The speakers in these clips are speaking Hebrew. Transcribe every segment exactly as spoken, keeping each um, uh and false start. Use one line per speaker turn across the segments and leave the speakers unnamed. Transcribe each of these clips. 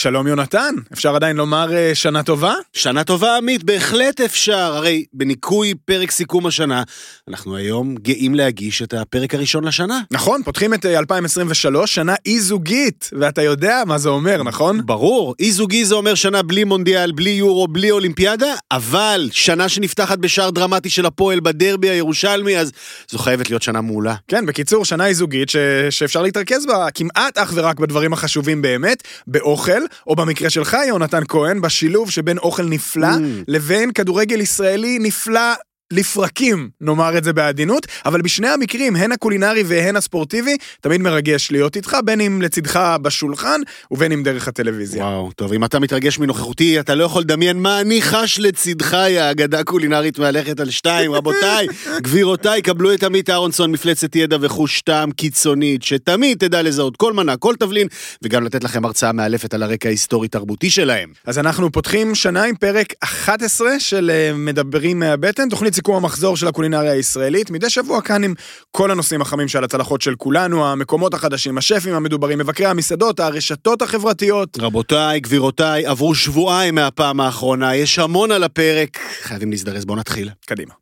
שלום יונתן, אפשר עדיין לומר uh, שנה טובה?
שנה טובה עמית, בהחלט אפשר, הרי בניקוי פרק סיכום השנה, אנחנו היום גאים להגיש את הפרק הראשון לשנה.
נכון, פותחים את uh, אלפיים עשרים ושלוש, שנה אי-זוגית, ואתה יודע מה זה אומר, נכון?
ברור, אי-זוגי זה אומר שנה בלי מונדיאל, בלי יורו, בלי אולימפיאדה, אבל שנה שנפתחת בשער דרמטי של הפועל בדרבי הירושלמי, אז זו חייבת להיות שנה מעולה.
כן, בקיצור, שנה אי-זוגית ש... שאפשר להתרכז בה כמעט אך ורק בדברים החשובים באמת, באוכל, או במקרה שלך, יונתן כהן, בשילוב שבין אוכל נפלא mm. לבין כדורגל ישראלי נפלא לפרקים, נאמר את זה בעדינות, אבל בשני המקרים, הן הקולינרי והן הספורטיבי, תמיד מרגש להיות איתך, בין אם לצדך בשולחן, ובין אם דרך הטלוויזיה.
וואו, טוב, אם אתה מתרגש מנוכחותי, אתה לא יכול לדמיין מה אני חש לצדך, יא אגדה קולינרית מהלכת על שתיים, רבותיי, גבירותיי, קבלו את עמית אהרונסון, מפלצת ידע וחוש טעם קיצונית, שתמיד תדע לזהות כל מנה, כל תבלין, וגם לתת לכם הרצאה מאלפת על הרקע ההיסטורי-תרבותי שלהם.
אז אנחנו פותחים שנה עם פרק אחת עשרה של מדברים מהבטן, תוכנית סיכום המחזור של הקולינריה הישראלית, מדי שבוע כאן עם כל הנושאים החמים שעל הצלחות של כולנו, המקומות החדשים, השפים המדוברים, מבקרי המסעדות, הרשתות החברתיות.
רבותיי, גבירותיי, עברו שבועיים מהפעם האחרונה, יש המון על הפרק, חייבים להזדרז, בואו נתחיל.
קדימה.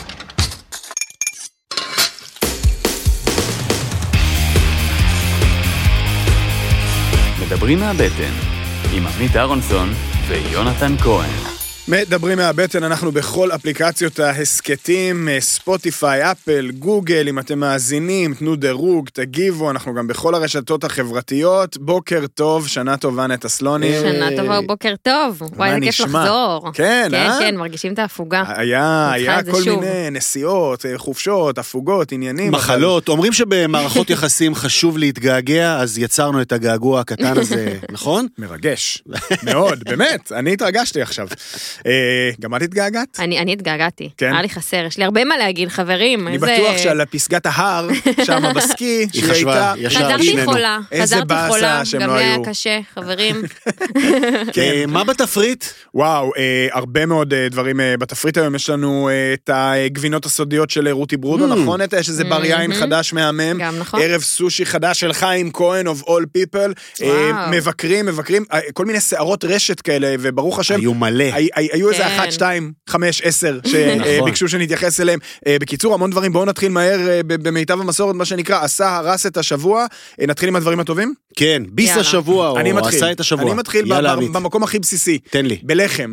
מדברים מהבטן, עם עמית אהרונסון ויונתן כהן.
מדברים מהבטן, אנחנו בכל אפליקציות ההסקטים, ספוטיפיי, אפל, גוגל, אם אתם מאזינים, תנו דירוג, תגיבו, אנחנו גם בכל הרשתות החברתיות. בוקר טוב, שנה טובה נטע סלוני.
שנה טובה, בוקר טוב. וואי, זה כיף לחזור.
כן, אה?
כן, כן, מרגישים את ההפוגה.
היה, היה כל מיני נסיעות, חופשות, הפוגות, עניינים.
מחלות, אומרים שבמערכות יחסים חשוב להתגעגע, אז יצרנו את הגעגוע הקטן הזה, נכון?
מרגש, מאוד, באמת, אני התרגשתי עכשיו. גם את התגעגעת?
אני, אני התגעגעתי. היה לי חסר, יש לי הרבה מה להגיד, חברים.
אני בטוח שעל פסגת ההר, שם בסקי,
היא חשבה, ישר
חזרתי חולה, חזרתי חולה, גם לי היה
היו.
קשה, חברים.
מה בתפריט?
וואו, הרבה מאוד דברים בתפריט היום, יש לנו את הגבינות הסודיות של רותי ברודו, נכון? יש איזה בר יין חדש מהמם,
גם נכון.
ערב סושי חדש של חיים כהן, of all people, מבקרים, מבקרים, כל מיני שערות רשת כאלה, וברוך השם,
היו מלא.
היו איזה אחת, שתיים, חמש, עשר, שביקשו שנתייחס אליהם. בקיצור, המון דברים, בואו נתחיל מהר במיטב המסורת, מה שנקרא, עשה, הרס את השבוע. נתחיל עם הדברים הטובים?
כן, ביס השבוע, או עשה את השבוע.
אני מתחיל במקום הכי בסיסי.
תן לי.
בלחם.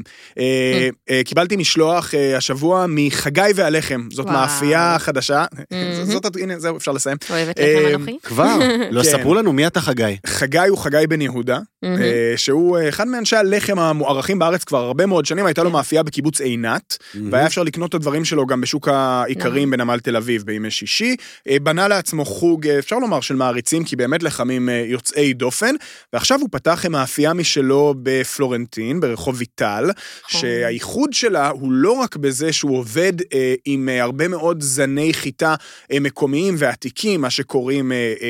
קיבלתי משלוח השבוע מחגי והלחם. זאת מאפייה חדשה. זאת, הנה, זהו, אפשר לסיים.
אוהבת לחם אנוכי?
כבר, לא ספרו לנו, מי אתה חגי?
חגי הוא חגי בן יהודה, שהוא אחד מאנשי הלחם המוערכים בארץ כבר הרבה מאוד שנים, הייתה לו מאפייה בקיבוץ עינת, והיה אפשר לקנות את הדברים שלו גם בשוק העיקרים בנמל תל אביב בימי שישי, בנה לעצמו חוג, אפשר לומר, של מעריצים, כי באמת לחמים יוצאי דופן, ועכשיו הוא פתח מאפייה משלו בפלורנטין, ברחוב ויטל, שהייחוד שלה הוא לא רק בזה שהוא עובד עם הרבה מאוד זני חיטה מקומיים ועתיקים, מה שקוראים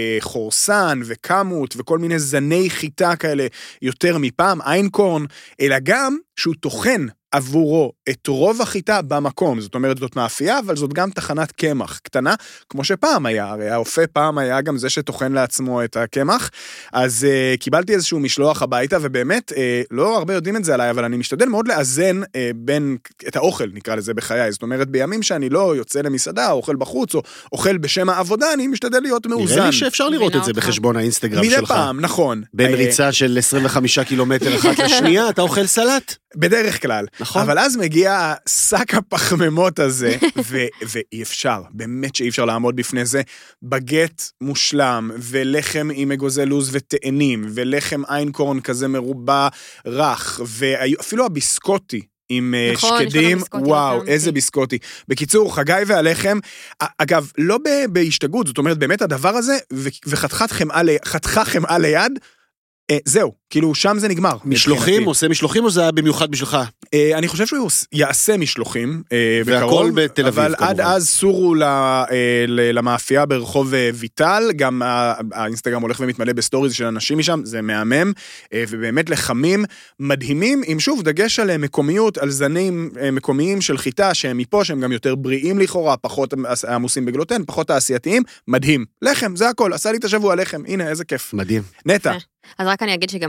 חורסן וקמות, וכל מיני זני חיטה כאלה יותר מפעם, איינקורן, אלא גם שהוא תוכן עבורו את רוב החיטה במקום, זאת אומרת זאת מאפייה, אבל זאת גם תחנת קמח קטנה, כמו שפעם היה, הרי האופה פעם היה גם זה שתוכן לעצמו את הקמח, אז uh, קיבלתי איזשהו משלוח הביתה, ובאמת, uh, לא הרבה יודעים את זה עליי, אבל אני משתדל מאוד לאזן uh, בין, את האוכל נקרא לזה בחיי, זאת אומרת בימים שאני לא יוצא למסעדה, או אוכל בחוץ, או אוכל בשם העבודה, אני משתדל להיות מאוזן.
נראה לי שאפשר לראות את זה בחשבון האינסטגרם שלך.
מדי פעם, נכון.
בין ריצה של עשרים וחמישה קילומטר אחת לשנייה, אתה אוכל סלט?
בדרך כלל. נכון. אבל אז מגיע שק הפחמימות הזה, ו- ואי אפשר, באמת שאי אפשר לעמוד בפני זה, בגט מושלם, ולחם עם אגוזי לוז ותאנים, ולחם איינקורן כזה מרובע רך, ואפילו הביסקוטי, עם נכון, שקדים, וואו, אותם, איזה ביסקוטי. בקיצור, חגי והלחם, אגב, לא בהשתגעות, זאת אומרת, באמת הדבר הזה, וחתכה חמאה ליד, אה, זהו, כאילו שם זה נגמר.
משלוחים, עושה משלוחים או זה היה במיוחד בשבילך?
אה, אני חושב שהוא יעשה משלוחים אה,
והכל
בקרוב,
בתל אביב
אבל כמובן. עד אז סורו לה, אה, למאפייה ברחוב אה, ויטל, גם האינסטגרם הולך ומתמלא בסטוריז של אנשים משם, זה מהמם, אה, ובאמת לחמים מדהימים, עם שוב דגש על מקומיות, על זנים אה, מקומיים של חיטה, שהם מפה, שהם גם יותר בריאים לכאורה, פחות עמוסים בגלוטן, פחות תעשייתיים, מדהים. לחם, זה הכל, עשה לי את השבוע לחם, הנה איזה כיף.
מדהים.
נטע.
אז רק אני אגיד שגם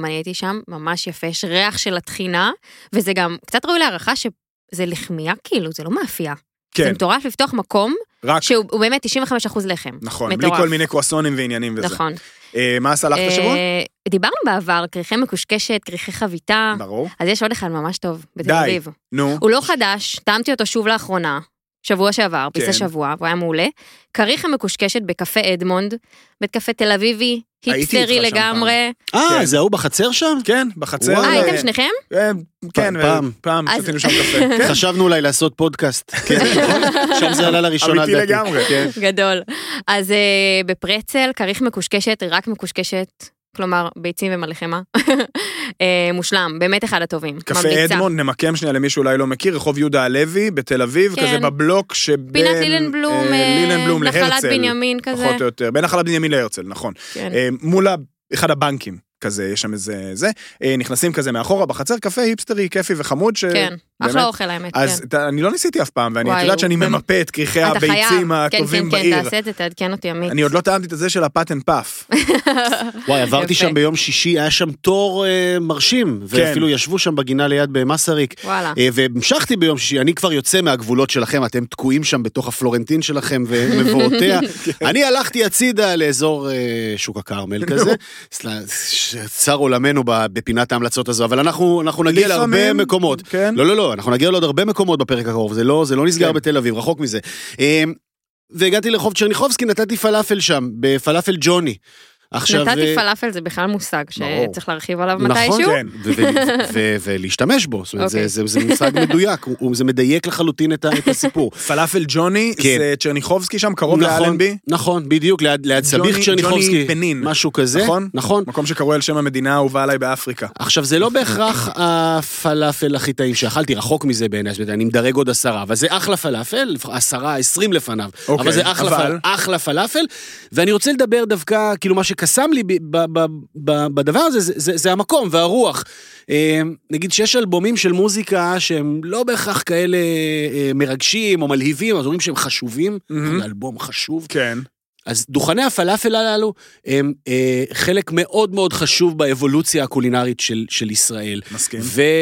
אני הייתי שם, ממש יפה, יש ריח של התחינה, וזה גם קצת ראוי להערכה שזה לחמיה כאילו, זה לא מאפייה.
כן.
זה מטורף לפתוח מקום,
רק...
שהוא באמת תשעים וחמישה אחוז לחם.
נכון,
מטורף.
בלי כל מיני קרואסונים ועניינים וזה.
נכון.
אה, מה עשה לך את השבוע?
אה, דיברנו בעבר, כריכי מקושקשת, כריכי חביתה.
ברור.
אז יש עוד אחד ממש טוב, בתל
די,
אביב.
נו.
הוא לא חדש, טעמתי אותו שוב לאחרונה, שבוע שעבר,
כן.
פיסה שבוע, והוא היה מעולה. כריך המקושקשת בקפה אדמונד, בית קפה תל אביבי,
הייתי
היפסטרי
איתך שם
לגמרי.
אה,
כן.
זה הוא בחצר שם?
כן, בחצר.
וואו.
אה,
אה,
הייתם שניכם?
אה, כן,
פעם.
פעם
אז-
שתינו שם קפה. כן,
חשבנו אולי לעשות פודקאסט. כן, נכון? שם זה עלה לראשונה.
אמיתי
לדעתי.
לגמרי.
כן.
גדול. אז אה, בפרצל, כריך מקושקשת, רק מקושקשת, כלומר, ביצים ומלא חמאה. אה, מושלם, באמת אחד הטובים.
קפה
ממליצה.
אדמונד, נמקם שנייה למי שאולי לא מכיר, רחוב יהודה הלוי בתל אביב,
כן.
כזה בבלוק שבין...
פינת לילנבלום,
אה, לילנבלום
נחלת
להרצל.
בנימין כזה.
פחות או יותר, בין נחלת בנימין להרצל, נכון.
כן.
אה, מול ה- אחד הבנקים. כזה, יש שם איזה, זה, אה, נכנסים כזה מאחורה בחצר, קפה היפסטרי, כיפי וחמוד, ש...
כן, אחלה
באמת-
אוכל האמת,
אז
כן.
ת- אני לא ניסיתי אף פעם, ואני, את
וואי,
יודעת
הוא
שאני
באמת-
ממפה את כריכי
אתה
הביצים
חייב.
הטובים
כן, כן,
בעיר.
כן, תעשה את זה, תעדכן אותי עמית.
אני עוד לא טעמתי את זה של הפטן פאף.
וואי, עברתי
יפה.
שם ביום שישי, היה שם תור אה, מרשים, ואפילו ישבו שם בגינה ליד במסריק.
וואלה.
אה, והמשכתי ביום שישי, אני כבר יוצא מהגבולות שלכם, אתם תקועים שם בתוך הפלורנטין שלכם ומבואותיה. אני הלכתי הצידה לאזור אה, שוק הכרמל כזה, סל- צר עולמנו ב- בפינת ההמלצות הזו, אבל אנחנו אנחנו נגיע להרבה
לפעמים,
מקומות.
כן.
לא, לא, לא, אנחנו נגיע לעוד הרבה מקומות בפרק הקרוב, זה לא, זה לא נסגר
כן.
בתל אביב, רחוק מזה. אה, והגעתי לרחוב צ'רניחובסקי, נתתי פלאפל שם, בפלאפל ג'וני. עכשיו,
נתתי
אה,
פלאפל זה בכלל מושג
ברור.
שצריך להרחיב עליו
נכון,
מתישהו.
כן.
ו- ו- ו- ולהשתמש בו, זאת אומרת, זה-
אוקיי.
זה זה מושג מדויק, הוא- הוא- זה מדייק לחלוטין את ה- את הסיפור.
פלאפל ג'וני,
כן.
זה צ'רניחובסקי שם, קרוב
נכון,
לאלנבי.
נכון, בדיוק, ליד ליד סביח
ג'וני-
צ'רניחובסקי,
ג'וני בנין.
משהו כזה,
נכון?
נכון.
מקום שקרוי על שם המדינה האהובה עליי באפריקה.
עכשיו, זה לא בהכרח הפלאפל הכי טעים שאכלתי, רחוק מזה בעיניי, זאת אומרת, אני מדרג עוד עשרה, אבל זה אחלה פלאפל, עשרה, עשרים לפניו,
אוקיי,
אבל זה אחלה
אבל-
פל- אחלה פלאפל, ואני רוצה לדבר דווקא, כאילו מה שקסם לי ב- ב- ב- בדבר הזה, זה- זה זה המקום והרוח. אה, נגיד שיש אלבומים של מוזיקה שהם לא בהכרח כאלה אה, מרגשים או מלהיבים, אז אומרים שהם חשובים, זה אלבום חשוב,
כן.
אז דוכני הפלאפל הללו הם אה, חלק מאוד מאוד חשוב באבולוציה הקולינרית של, של ישראל.
מסכים.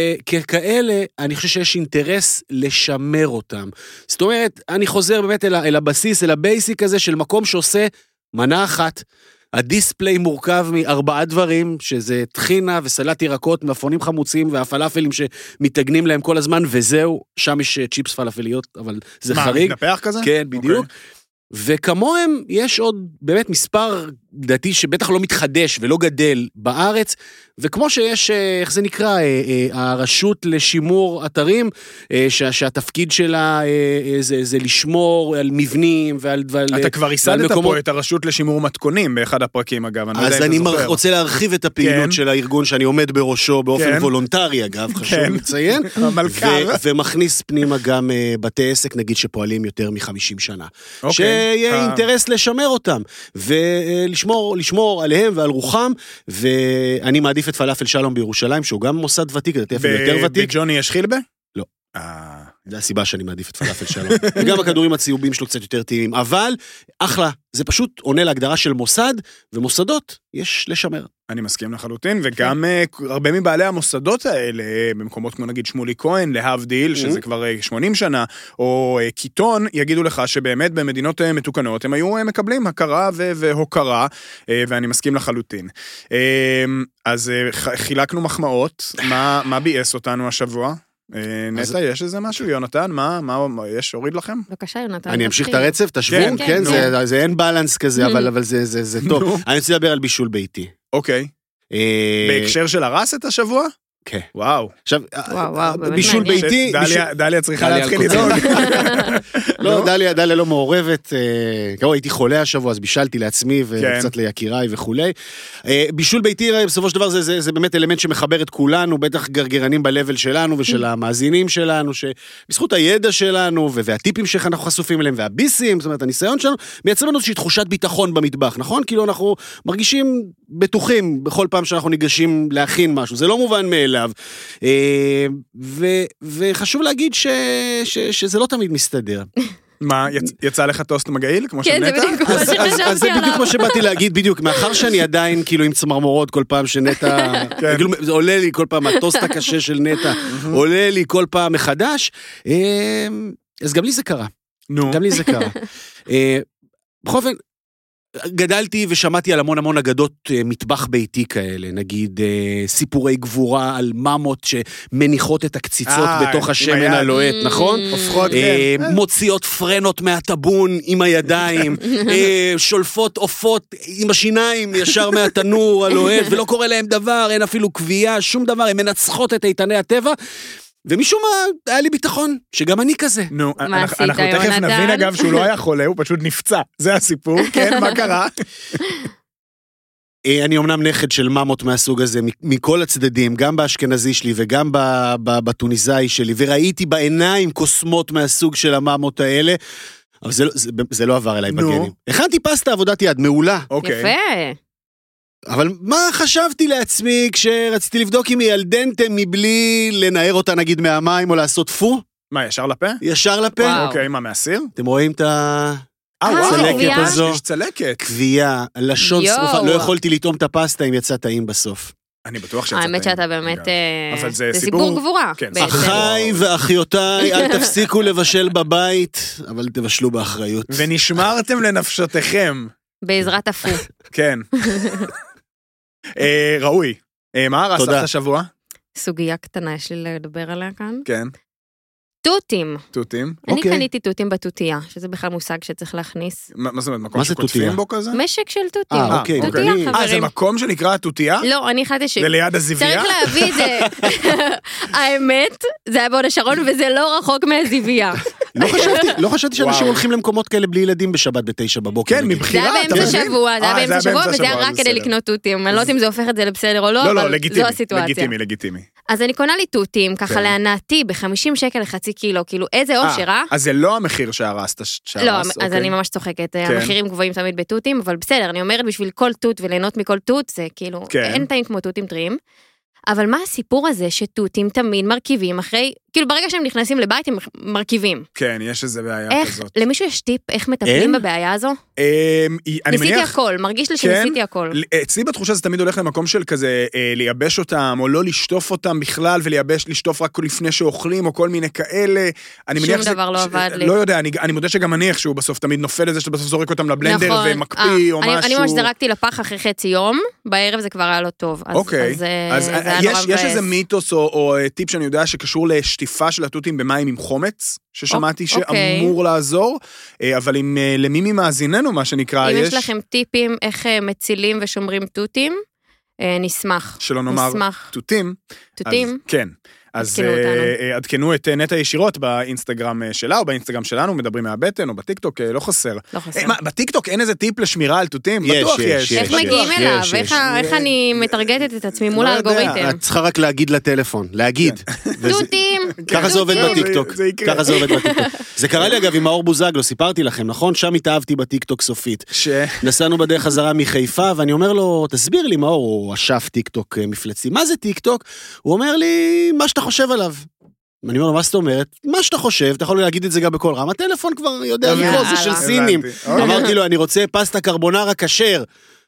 וככאלה, אני חושב שיש אינטרס לשמר אותם. זאת אומרת, אני חוזר באמת אל, ה- אל הבסיס, אל הבייסיק הזה של מקום שעושה מנה אחת. הדיספליי מורכב מארבעה דברים, שזה טחינה וסלט ירקות, מלפפונים חמוצים והפלאפלים שמתגנים להם כל הזמן, וזהו, שם יש צ'יפס פלאפליות, אבל זה
מה,
חריג.
מתנפח כזה?
כן, בדיוק.
אוקיי.
וכמוהם יש עוד באמת מספר דתי שבטח לא מתחדש ולא גדל בארץ, וכמו שיש, איך זה נקרא, הרשות לשימור אתרים, שה, שהתפקיד שלה זה, זה לשמור על מבנים ועל, ועל
אתה כבר
ועל
ייסדת
מקומות.
פה את הרשות לשימור מתכונים באחד הפרקים, אגב. אני לא יודע
אז
אם
אני
אתה זוכר.
רוצה להרחיב את הפעילות
כן.
של הארגון שאני עומד בראשו באופן
כן.
וולונטרי, אגב, חשוב
כן.
לציין.
המלכ"ר.
ו- ומכניס פנימה גם אה, בתי עסק, נגיד שפועלים יותר מחמישים שנה.
אוקיי.
שיהיה
אה.
אינטרס לשמר אותם, ולשמור לשמור עליהם ועל רוחם, ואני מעדיף את פלאפל שלום בירושלים, שהוא גם מוסד ותיק, לדעתי אפילו יותר ותיק.
בג'וני יש חילבה?
לא.
אה,
זה הסיבה שאני מעדיף את פלאפל שלום. וגם הכדורים הציובים שלו קצת יותר טעימים, אבל אחלה, זה פשוט עונה להגדרה של מוסד, ומוסדות יש לשמר.
אני מסכים לחלוטין, וגם אה, הרבה מבעלי המוסדות האלה, במקומות כמו נגיד שמולי כהן, להבדיל, שזה כבר אה, שמונים שנה, או אה, קיטון, יגידו לך שבאמת במדינות אה, מתוקנות, הם היו אה, מקבלים הכרה ו- והוקרה, אה, ואני מסכים לחלוטין. אה, אז אה, ח- חילקנו מחמאות, מה, מה ביאס אותנו השבוע? אה, נטע, יש איזה משהו? יונתן, מה, מה, מה יש? הוריד לכם?
בבקשה, יונתן.
אני אמשיך את
תתחיל.
הרצף, תשוו,
כן,
כן,
כן,
זה- זה אין בלנס כזה, אבל אבל זה- זה זה טוב.
נו.
אני רוצה לדבר על בישול ביתי.
אוקיי.
אה,
בהקשר של הרס את השבוע?
כן.
וואו.
עכשיו,
וואו, וואו, באמת
בישול
מעניין.
ביתי, בישול-
דליה- דליה צריכה
דליה
להתחיל
על
לדאוג.
לא, דליה, דליה לא מעורבת, אה, כאילו הייתי חולה השבוע, אז בישלתי לעצמי וקצת ליקיריי וכולי. אה, בישול ביתי, בסופו של דבר, זה- זה זה באמת אלמנט שמחבר את כולנו, בטח גרגרנים ב-level שלנו ושל המאזינים שלנו, שבזכות הידע שלנו והטיפים שאנחנו חשופים אליהם, והביסים, זאת אומרת, הניסיון שלנו, מייצר לנו איזושהי תחושת ביטחון במטבח, נכון? כאילו אנחנו מרגישים בטוחים בכל פעם שאנחנו ניגשים להכין משהו, זה לא מובן מאליו. אה, ו- וחשוב להגיד ש- ש- שזה לא תמיד מסתדר.
מה, יצא לך טוסט מגעיל, כמו של
כן, זה
נטע?
בדיוק מה
אז
שחשבתי
זה בדיוק
עליו.
מה שבאתי להגיד, בדיוק, מאחר שאני עדיין כאילו עם צמרמורות כל פעם שנטע, כאילו, זה עולה לי כל פעם, הטוסט הקשה של נטע, עולה לי כל פעם מחדש, אז גם לי זה קרה.
נו.
גם לי זה קרה. בכל אופן, גדלתי ושמעתי על המון המון אגדות מטבח ביתי כאלה, נגיד סיפורי גבורה על ממות שמניחות את הקציצות בתוך השמן הלוהט, נכון?
הופכות, כן.
מוציאות פרנות מהטבון עם הידיים, שולפות עופות עם השיניים ישר מהתנור הלוהט, ולא קורה להם דבר, אין אפילו קביעה, שום דבר, הן מנצחות את איתני הטבע, ומשום מה, היה לי ביטחון, שגם אני כזה.
נו,
מה
אנחנו
עשית,
אנחנו תכף
יונתן?
נבין אגב שהוא לא היה חולה, הוא פשוט נפצע. זה הסיפור, כן, מה קרה?
אני אמנם נכד של ממות מהסוג הזה, מכל הצדדים, גם באשכנזי שלי וגם בטוניסאי שלי, וראיתי בעיניים קוסמות מהסוג של הממות האלה, אבל זה, זה, זה לא עבר אליי
נו.
בגנים. הכנתי פסטה עבודת יד, מעולה.
אוקיי.
יפה.
אבל מה חשבתי לעצמי כשרציתי לבדוק אם היא על דנטה מבלי לנער אותה נגיד מהמים או לעשות פו?
מה, ישר לפה?
ישר לפה?
וואו.
אוקיי, מה, מהסיר?
אתם רואים את ה...
אה, וואו,
צלקת
קביעה?
הזו?
יש צלקת.
קביעה, לשון
יואו.
שרופה, לא יכולתי לטעום את הפסטה אם יצא טעים בסוף.
אני בטוח שיצאת.
האמת שאתה באמת,
אגב.
אה,
אבל זה
זה
סיפור-
סיפור גבורה.
כן,
בעצם.
אחי.
אחיי ואחיותיי, אל תפסיקו לבשל בבית, אבל תבשלו באחריות.
ונשמרתם לנפשותיכם.
בעזרת הפו.
כן. אה, ראוי. אה, מה הרסת
תודה.
השבוע?
סוגיה קטנה יש לי לדבר עליה כאן.
כן,
תותים.
תותים.
אני
אוקיי.
קניתי תותים בתותיה, שזה בכלל מושג שצריך להכניס.
מה מה זאת אומרת, מקום
מה זה
שקוטפים
תותיה?
בו כזה?
משק של תותים.
אה, אוקיי.
תותיה,
אוקיי.
אה, זה
חברים.
מקום שנקרא התותיה?
לא, אני החלטתי ש...
זה ליד הזיבייה?
צריך להביא את זה. האמת, זה היה בהוד השרון וזה לא רחוק מהזיבייה.
לא חשבתי, לא חשבתי שאנשים
וואו.
הולכים למקומות כאלה בלי ילדים בשבת בתשע בבוקר.
כן,
נגיד.
זה
מבחירה,
היה
אתה
באמצע
מבין?
שבוע, זה היה
אה,
באמצע שבוע, וזה היה רק כדי
בסדר.
לקנות תותים. אני לא יודעת אם זה הופך את זה לבסדר או לא,
לא, לא,
אבל
לגיטימי,
זו הסיטואציה.
לגיטימי, לגיטימי.
אז אני קונה לי תותים,
כן.
ככה להנאתי, ב-חמישים שקל לחצי קילו, כאילו איזה אושר, אה?
אז זה לא המחיר שהרסת, שהרס,
לא, אז
אוקיי.
אני ממש צוחקת,
כן.
המחירים גבוהים תמיד בתותים, אבל בסדר, אני אומרת בשביל כל תות וליהנות מכל תות, זה כאילו,
כן.
אין טעים כמו תותים טריים. אבל מה הסיפור הזה שתותים תמיד מרכיבים אחרי, כאילו ברגע שהם נכנסים לבית הם מרכיבים.
כן, יש איזה בעיה
איך,
כזאת.
למישהו יש טיפ איך מטפלים
אין?
בבעיה הזו?
אמ, אני
ניסיתי
מניח...
הכל, מרגיש לי
כן?
שניסיתי הכל.
אצלי בתחושה זה תמיד הולך למקום של כזה אה, לייבש אותם, או לא לשטוף אותם בכלל, ולייבש, לשטוף רק לפני שאוכלים, או כל מיני כאלה. אני
שום
מניח שזה-
דבר לא
ש-
עבד לי.
לא יודע, אני, אני מודה שגם אני איכשהו בסוף תמיד נופל לזה, שאתה בסוף זורק אותם לבלנדר,
נכון.
ומקפיא,
אה,
או
אני,
משהו.
אני ממש זרקתי לפח אחרי חצי יום, בערב זה כבר היה לא טוב. אז,
אוקיי,
אז, אה,
אז
זה
אה,
היה
יש,
נורא
יש
מבאס.
איזה מיתוס או, או אה, טיפ שאני יודע שקשור לשטיפה של התותים במים עם חומץ, ששמעתי
אוקיי.
שאמור לעזור, אה, אבל אם אה, למי ממאזיננו, מה שנקרא,
אם
יש...
יש לכם טיפים איך אה, מצילים ושומרים תותים, אה, נשמח.
שלא נאמר
נשמח.
תותים.
תותים?
אז, כן. אז
עדכנו אותנו.
אה, אה, עדכנו את אה, נטע ישירות באינסטגרם אה, שלה, או באינסטגרם שלנו, מדברים מהבטן, או בטיקטוק, אה, לא חסר.
לא חסר.
אה, מה, בטיקטוק אין איזה טיפ לשמירה על תותים?
יש,
בטוח
יש,
יש.
איך
יש,
מגיעים
יש,
אליו?
יש,
איך
יש.
ה- איך אני מטרגטת את עצמי מול
לא יודע.
האלגוריתם?
את צריכה רק להגיד לטלפון, להגיד. וזה-
תותים!
ככה זה עובד
זהו,
בטיקטוק,
זה- זה יקרה.
ככה זה עובד בטיקטוק. זה קרה לי אגב עם מאור בוזגלו, סיפרתי לכם, נכון? שם התאהבתי בטיקטוק סופית.
ש...
נסענו בדרך חזרה מחיפה, ואני אומר לו, תסביר לי מאור, הוא אשף טיקטוק אה, מפלצי, מה זה טיקטוק? הוא אומר לי, מה שאתה חושב עליו. אני אומר לו, מה זאת אומרת? מה שאתה חושב, אתה יכול להגיד את זה גם בכל רם, הטלפון כבר יודע
יאללה.
לקרוא, זה של סינים.
הבנתי. אוקיי.
אמרתי לו, אני רוצה פסטה קרבונרה כשר.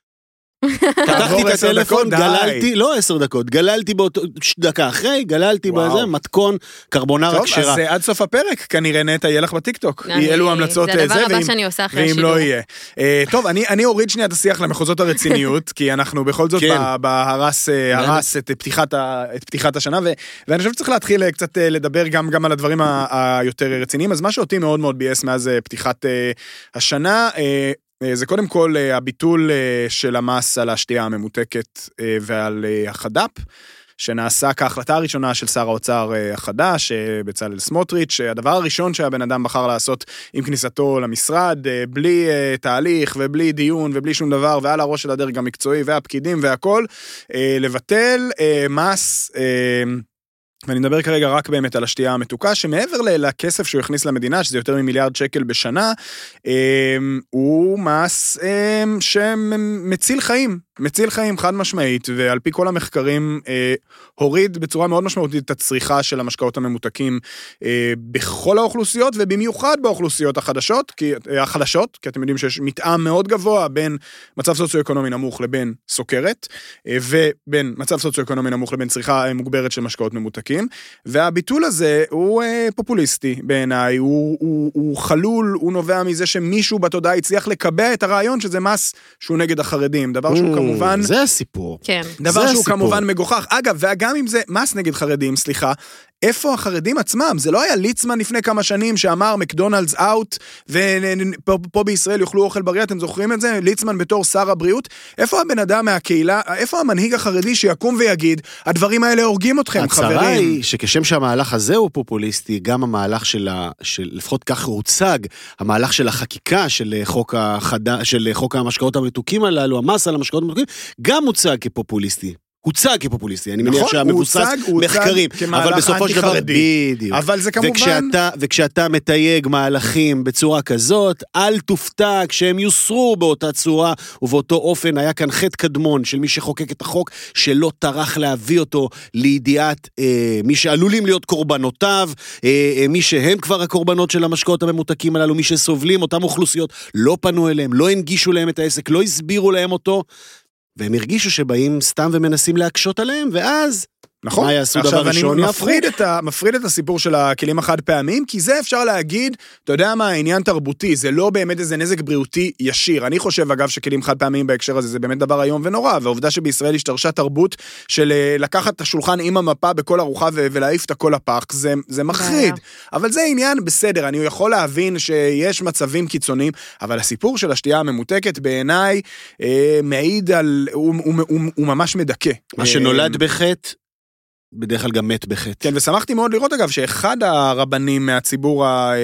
פתחתי
תעבור
את
עשר
הטלפון,
דקות, די.
גללתי, לא עשר דקות, גללתי באותו, דקה אחרי, גללתי
וואו.
בזה, מתכון קרבונרה
טוב,
כשרה.
אז אה, עד סוף הפרק כנראה נטע יהיה לך בטיקטוק.
אני-
אלו המלצות
זה
אה,
הדבר
זה,
הבא
ואם-
שאני עושה אחרי
ואם
השידור.
לא יהיה. אה, טוב, אני אני אוריד שנייה את השיח למחוזות הרציניות, כי אנחנו בכל זאת
כן.
ב- בהרס אה, הרס את פתיחת ה- את פתיחת השנה, ו- ואני חושב שצריך להתחיל אה, קצת אה, לדבר גם גם על הדברים ה- היותר רציניים. אז מה שאותי מאוד מאוד בייס מאז אה, פתיחת אה, השנה, אה, אה, זה קודם כל אה, הביטול אה, של המס על השתייה הממותקת אה, ועל אה, החד"פ, שנעשה כהחלטה הראשונה של שר האוצר אה, החדש, אה, בצלאל סמוטריץ', הדבר הראשון שהבן אדם בחר לעשות עם כניסתו למשרד, אה, בלי אה, תהליך ובלי דיון ובלי שום דבר, ועל הראש של הדרג המקצועי והפקידים והכל, אה, לבטל אה, מס... אה, ואני מדבר כרגע רק באמת על השתייה המתוקה, שמעבר לכסף שהוא הכניס למדינה, שזה יותר ממיליארד שקל בשנה, הוא מס שמציל חיים, מציל חיים חד משמעית, ועל פי כל המחקרים הוריד בצורה מאוד משמעותית את הצריכה של המשקאות הממותקים בכל האוכלוסיות, ובמיוחד באוכלוסיות החדשות, כי, החדשות, כי אתם יודעים שיש מתאם מאוד גבוה בין מצב סוציו-אקונומי נמוך לבין סוכרת, ובין מצב סוציו-אקונומי נמוך לבין צריכה מוגברת של משקאות ממותקים, והביטול הזה הוא פופוליסטי בעיניי, הוא, הוא, הוא חלול, הוא נובע מזה שמישהו בתודעה הצליח לקבע את הרעיון שזה מס שהוא נגד החרדים, דבר שהוא כמובן...
זה הסיפור.
כן.
דבר שהוא כמובן מגוחך. אגב, וגם אם זה מס נגד חרדים, סליחה, איפה החרדים עצמם? זה לא היה ליצמן לפני כמה שנים שאמר מקדונלדס אאוט, ופה בישראל יאכלו אוכל בריא, אתם זוכרים את זה? ליצמן בתור שר הבריאות. איפה הבן אדם מהקהילה, איפה המנהיג החרדי שיקום ויגיד, הדברים האלה הורגים אתכם, חברים?
הצרה היא שכשם שהמהלך הזה הוא פופוליסטי, גם המהלך של, של לפחות כך הוצג, המהלך של החקיקה של חוק, החד... של חוק המשקאות המתוקים הללו, המס על המשקאות המתוקים, גם הוצג כפופוליסטי. הוצג כפופוליסטי, אני מניח שהמבוסס מחקרים, אבל בסופו של דבר, בדיוק.
אבל זה כמובן...
וכשאתה, וכשאתה מתייג מהלכים בצורה כזאת, אל תופתע כשהם יוסרו באותה צורה, ובאותו אופן היה כאן חטא קדמון של מי שחוקק את החוק, שלא טרח להביא אותו לידיעת אה, מי שעלולים להיות קורבנותיו, אה, מי שהם כבר הקורבנות של המשקאות הממותקים הללו, מי שסובלים אותם אוכלוסיות, לא פנו אליהם, לא הנגישו להם את העסק, לא הסבירו להם אותו, והם הרגישו שבאים סתם ומנסים להקשות עליהם, ואז
נכון.
מה יעשו דבר ראשון?
עכשיו, אני מפריד את, ה, מפריד את הסיפור של הכלים החד פעמים, כי זה אפשר להגיד, אתה יודע מה, העניין תרבותי, זה לא באמת איזה נזק בריאותי ישיר. אני חושב, אגב, שכלים חד פעמים בהקשר הזה, זה באמת דבר היום ונורא, והעובדה שבישראל השתרשה תרבות של לקחת את השולחן עם המפה בכל ארוחה ולהעיף את הכל הפח, זה, זה מחריד. אבל זה עניין בסדר, אני יכול להבין שיש מצבים קיצוניים, אבל הסיפור של השתייה הממותקת בעיניי אה, מעיד על, הוא, הוא, הוא, הוא, הוא ממש מדכא.
מה שנולד בחטא, בדרך כלל גם מת בחטא.
כן, ושמחתי מאוד לראות אגב, שאחד הרבנים מהציבור,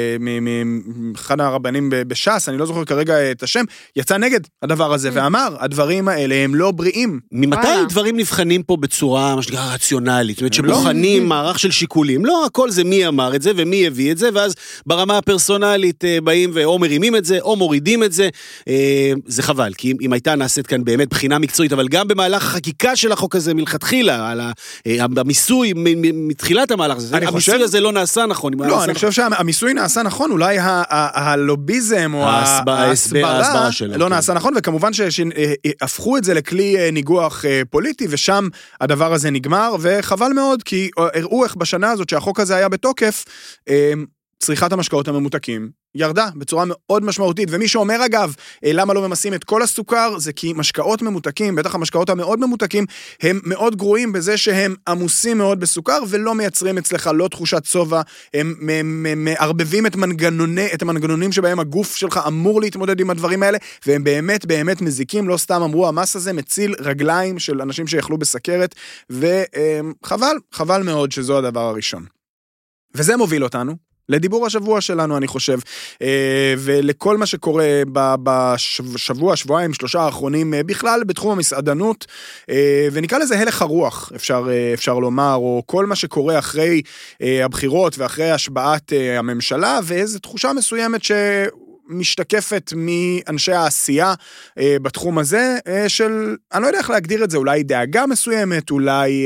אחד הרבנים בש"ס, אני לא זוכר כרגע את השם, יצא נגד הדבר הזה, ואמר, הדברים האלה הם לא בריאים.
ממתי דברים נבחנים פה בצורה רציונלית? זאת אומרת, שבוחנים מערך של שיקולים. לא, הכל זה מי אמר את זה, ומי הביא את זה, ואז ברמה הפרסונלית באים ואו מרימים את זה, או מורידים את זה. זה חבל, כי אם הייתה נעשית כאן באמת בחינה מקצועית, אבל גם במהלך החקיקה של החוק הזה מלכתחילה, על המיסוי מתחילת המהלך הזה, המיסוי הזה לא נעשה נכון.
לא, אני חושב שהמיסוי נעשה נכון, אולי הלוביזם או ההסברה לא נעשה נכון, וכמובן שהפכו את זה לכלי ניגוח פוליטי, ושם הדבר הזה נגמר, וחבל מאוד, כי הראו איך בשנה הזאת שהחוק הזה היה בתוקף, צריכת המשקאות הממותקים ירדה בצורה מאוד משמעותית, ומי שאומר אגב, למה לא ממסים את כל הסוכר, זה כי משקאות ממותקים, בטח המשקאות המאוד ממותקים, הם מאוד גרועים בזה שהם עמוסים מאוד בסוכר, ולא מייצרים אצלך לא תחושת סובה, הם מערבבים את מנגנוני, את המנגנונים שבהם הגוף שלך אמור להתמודד עם הדברים האלה, והם באמת באמת מזיקים, לא סתם אמרו, המס הזה מציל רגליים של אנשים שיכלו בסכרת, וחבל, חבל מאוד שזו הדבר הראשון. וזה מוביל אותנו לדיבור השבוע שלנו, אני חושב, ולכל מה שקורה בשבוע, שבועיים, שלושה האחרונים, בכלל בתחום המסעדנות, ונקרא לזה הלך הרוח, אפשר, אפשר לומר, או כל מה שקורה אחרי הבחירות ואחרי השבעת הממשלה, ואיזו תחושה מסוימת שמשתקפת מאנשי העשייה בתחום הזה, של, אני לא יודע איך להגדיר את זה, אולי דאגה מסוימת, אולי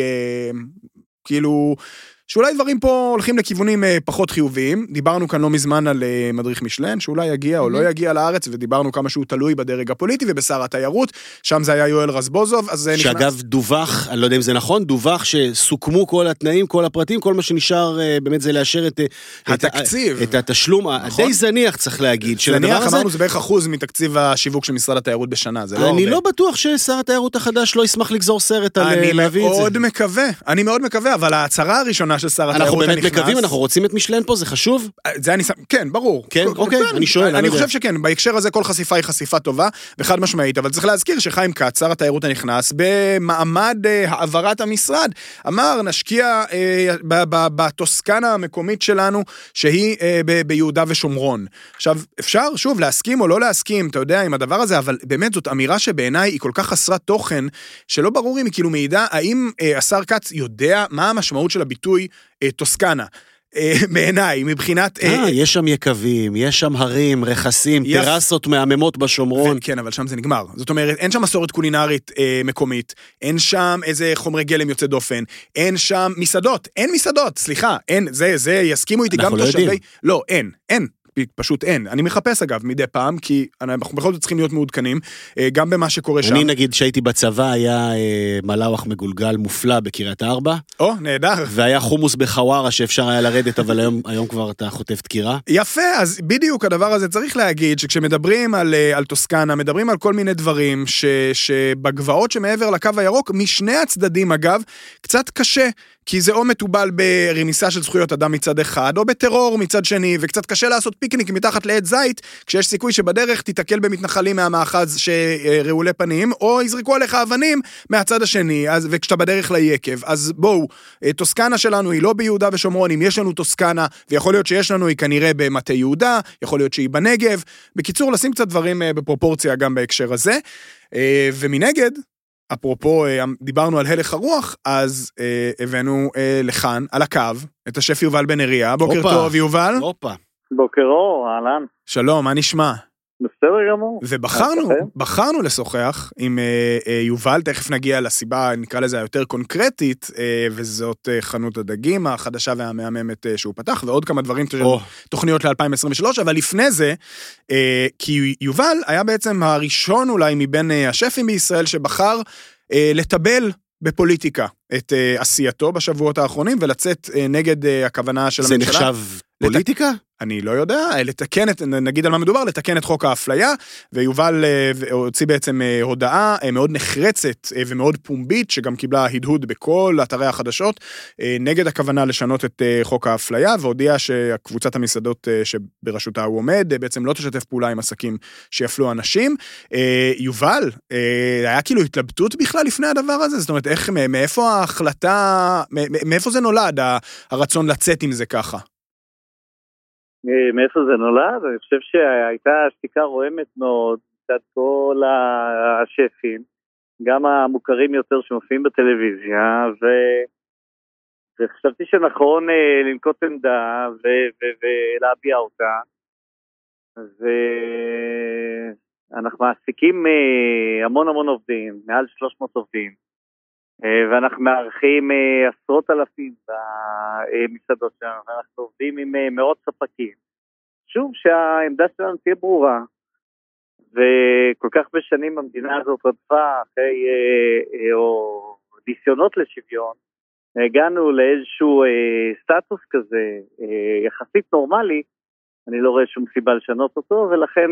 כאילו שאולי דברים פה הולכים לכיוונים פחות חיוביים. דיברנו כאן לא מזמן על מדריך משלן, שאולי יגיע או לא יגיע לארץ, ודיברנו כמה שהוא תלוי בדרג הפוליטי ובשר התיירות, שם זה היה יואל רזבוזוב, אז זה
שאגב נכנס... דווח, אני לא יודע אם זה נכון, דווח שסוכמו כל התנאים, כל הפרטים, כל מה שנשאר באמת זה לאשר את
התקציב,
את, את התשלום, נכון? די זניח צריך להגיד,
זניח אמרנו זה בערך אחוז מתקציב השיווק של משרד התיירות בשנה, זה לא
אני
הרבה.
לא בטוח ששר התיירות החדש לא ישמח לגזור סרט על להביא את זה.
אני מאוד מקווה, אני מאוד מקווה, אבל ההצהרה הראשונה של שר התיירות
אנחנו באמת מקווים, אנחנו רוצים את משלן פה, זה חשוב?
זה אני, כן, ברור.
כן, אוקיי, אני שואל.
אני חושב שכן, בהקשר הזה כל חשיפה היא חשיפה טובה, וחד משמעית, אבל צריך להזכיר שחיים כץ, שר התיירות הנכנס, במעמד העברת המשרד, אמר, נשקיע בטוסקנה המקומית שלנו, שהיא ביהודה ושומרון. עכשיו, אפשר, שוב, להסכים או לא להסכים, אתה יודע, עם הדבר הזה, אבל באמת זאת אמירה שבעיניי היא כל כך חסרת תוכן, שלא ברור אם היא כאילו מעידה, האם השר כץ יודע מה המשמעות של הביטוי היא טוסקנה. בעיניי, מבחינת...
אה, יש שם יקבים, יש שם הרים, רכסים, טרסות מהממות בשומרון.
כן, אבל שם זה נגמר. זאת אומרת, אין שם מסורת קולינרית מקומית, אין שם איזה חומרי גלם יוצא דופן, אין שם מסעדות, אין מסעדות, סליחה, אין, זה, זה, יסכימו איתי גם תושבי... לא, אין, אין. פשוט אין. אני מחפש אגב מדי פעם, כי אנחנו בכל זאת צריכים להיות מעודכנים, גם במה שקורה שם.
אני נגיד שהייתי בצבא, היה מלאווח מגולגל מופלא בקריית ארבע.
או, נהדר.
והיה חומוס בחווארה שאפשר היה לרדת, אבל היום, היום כבר אתה חוטף דקירה.
יפה, אז בדיוק הדבר הזה צריך להגיד, שכשמדברים על, על טוסקנה, מדברים על כל מיני דברים, ש, שבגבעות שמעבר לקו הירוק, משני הצדדים אגב, קצת קשה, כי זה או מטובל ברמיסה של זכויות אדם מצד אחד, או בטרור מצד שני, וקצת קשה לעשות פיקניק מתחת לעץ זית, כשיש סיכוי שבדרך תיתקל במתנחלים מהמאחז שרעולי פנים, או יזרקו עליך אבנים מהצד השני, אז, וכשאתה בדרך ליקב. אז בואו, טוסקנה שלנו היא לא ביהודה ושומרון, אם יש לנו טוסקנה, ויכול להיות שיש לנו, היא כנראה במטה יהודה, יכול להיות שהיא בנגב. בקיצור, לשים קצת דברים בפרופורציה גם בהקשר הזה. ומנגד, אפרופו, דיברנו על הלך הרוח, אז אה, הבאנו אה, לכאן, על הקו, את השף יובל בן אריה. בוקר
אופה,
טוב, יובל.
אופה.
בוקר אור, אהלן.
שלום, מה נשמע?
בסדר גמור.
ובחרנו, בחרנו לשוחח עם אה, אה, יובל, תכף נגיע לסיבה, נקרא לזה היותר קונקרטית, אה, וזאת אה, חנות הדגים החדשה והמהממת אה, שהוא פתח, ועוד כמה דברים, oh. תוכניות ל-אלפיים עשרים ושלוש, אבל לפני זה, אה, כי יובל היה בעצם הראשון אולי מבין אה, השפים בישראל שבחר אה, לטבל בפוליטיקה את אה, עשייתו בשבועות האחרונים, ולצאת אה, נגד אה, הכוונה של
זה
הממשלה.
זה נחשב פוליטיקה?
אני לא יודע, לתקן את, נגיד על מה מדובר, לתקן את חוק האפליה, ויובל הוציא בעצם הודעה מאוד נחרצת ומאוד פומבית, שגם קיבלה הדהוד בכל אתרי החדשות, נגד הכוונה לשנות את חוק האפליה, והודיע שקבוצת המסעדות שבראשותה הוא עומד, בעצם לא תשתף פעולה עם עסקים שיפלו אנשים. יובל, היה כאילו התלבטות בכלל לפני הדבר הזה? זאת אומרת, איך, מאיפה ההחלטה, מאיפה זה נולד, הרצון לצאת עם זה ככה?
מאיפה זה נולד? אני חושב שהייתה שתיקה רועמת מאוד מצד כל השפים, גם המוכרים יותר שמופיעים בטלוויזיה, ו... וחשבתי שנכון לנקוט עמדה ו... ו... ולהביע אותה. ואנחנו מעסיקים המון המון עובדים, מעל שלוש מאות עובדים, ואנחנו מארחים עשרות אלפים במסעדות שלנו, ואנחנו עובדים עם מאות ספקים. שוב שהעמדה שלנו תהיה ברורה, וכל כך בשנים המדינה הזאת רדפה אחרי או ניסיונות לשוויון, הגענו לאיזשהו סטטוס כזה יחסית נורמלי, אני לא רואה שום סיבה לשנות אותו, ולכן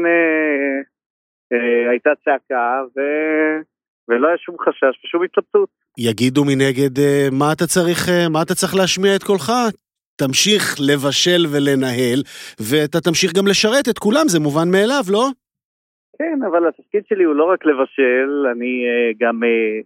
הייתה צעקה ו... ולא היה שום חשש ושום התלבטות.
יגידו מנגד, מה אתה צריך, מה אתה צריך להשמיע את קולך? תמשיך לבשל ולנהל, ואתה תמשיך גם לשרת את כולם, זה מובן מאליו, לא?
כן, אבל התפקיד שלי הוא לא רק לבשל, אני גם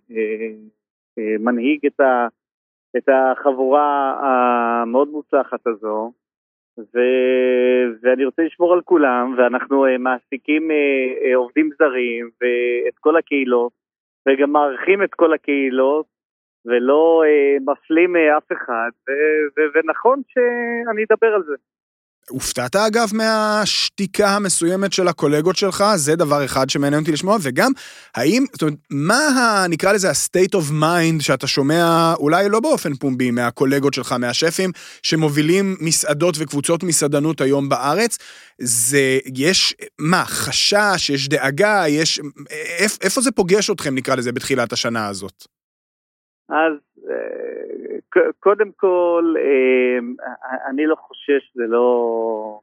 מנהיג את, ה, את החבורה המאוד מוצלחת הזו, ו, ואני רוצה לשמור על כולם, ואנחנו מעסיקים עובדים זרים, ואת כל הקהילות, וגם מערכים את כל הקהילות, ולא אה, מפלים אה, אף אחד, ו- ו- ונכון שאני אדבר על זה.
הופתעת אגב מהשתיקה המסוימת של הקולגות שלך, זה דבר אחד שמעניין אותי לשמוע, וגם האם, זאת אומרת, מה ה, נקרא לזה ה-state of mind שאתה שומע, אולי לא באופן פומבי, מהקולגות שלך, מהשפים, שמובילים מסעדות וקבוצות מסעדנות היום בארץ, זה, יש, מה, חשש, יש דאגה, יש, איפ, איפה זה פוגש אתכם, נקרא לזה, בתחילת השנה הזאת?
אז קודם כל, אני לא חושש, זה לא,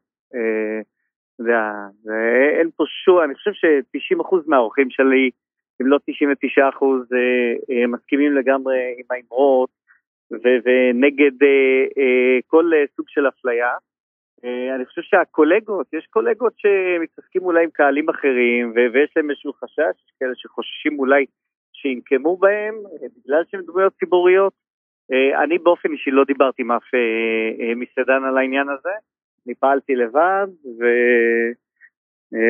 אין פה שום, אני חושב ש-תשעים אחוז מהאורחים שלי, אם לא תשעים ותשעה אחוז, מסכימים לגמרי עם האמרות, ונגד כל סוג של אפליה. אני חושב שהקולגות, יש קולגות שמתעסקים אולי עם קהלים אחרים, ויש להם איזשהו חשש, יש כאלה שחוששים אולי שינקמו בהם, בגלל שהם דמויות ציבוריות. אני באופן אישי לא דיברתי עם אף מסעדן על העניין הזה, אני פעלתי לבד, ו...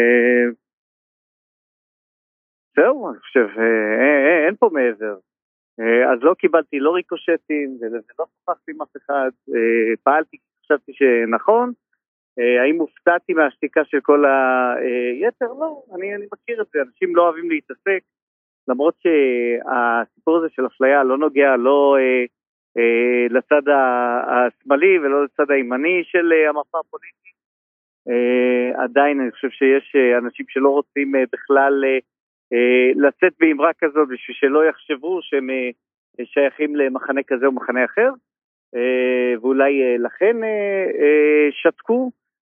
זהו, אני חושב, אין פה מעבר. אז לא קיבלתי לא ריקושטים, ולא שוחחתי עם אף אחד, פעלתי, חשבתי שנכון, האם הופתעתי מהשתיקה של כל היתר? לא, אני, אני מכיר את זה, אנשים לא אוהבים להתעסק, למרות שהסיפור הזה של אפליה לא נוגע לא אה, אה, לצד השמאלי ולא לצד הימני של המפה הפוליטית, אה, עדיין אני חושב שיש אנשים שלא רוצים אה, בכלל אה, אה, לצאת באמרה כזאת, בשביל שלא יחשבו שהם אה, שייכים למחנה כזה או מחנה אחר, אה, ואולי אה, לכן אה, אה, שתקו,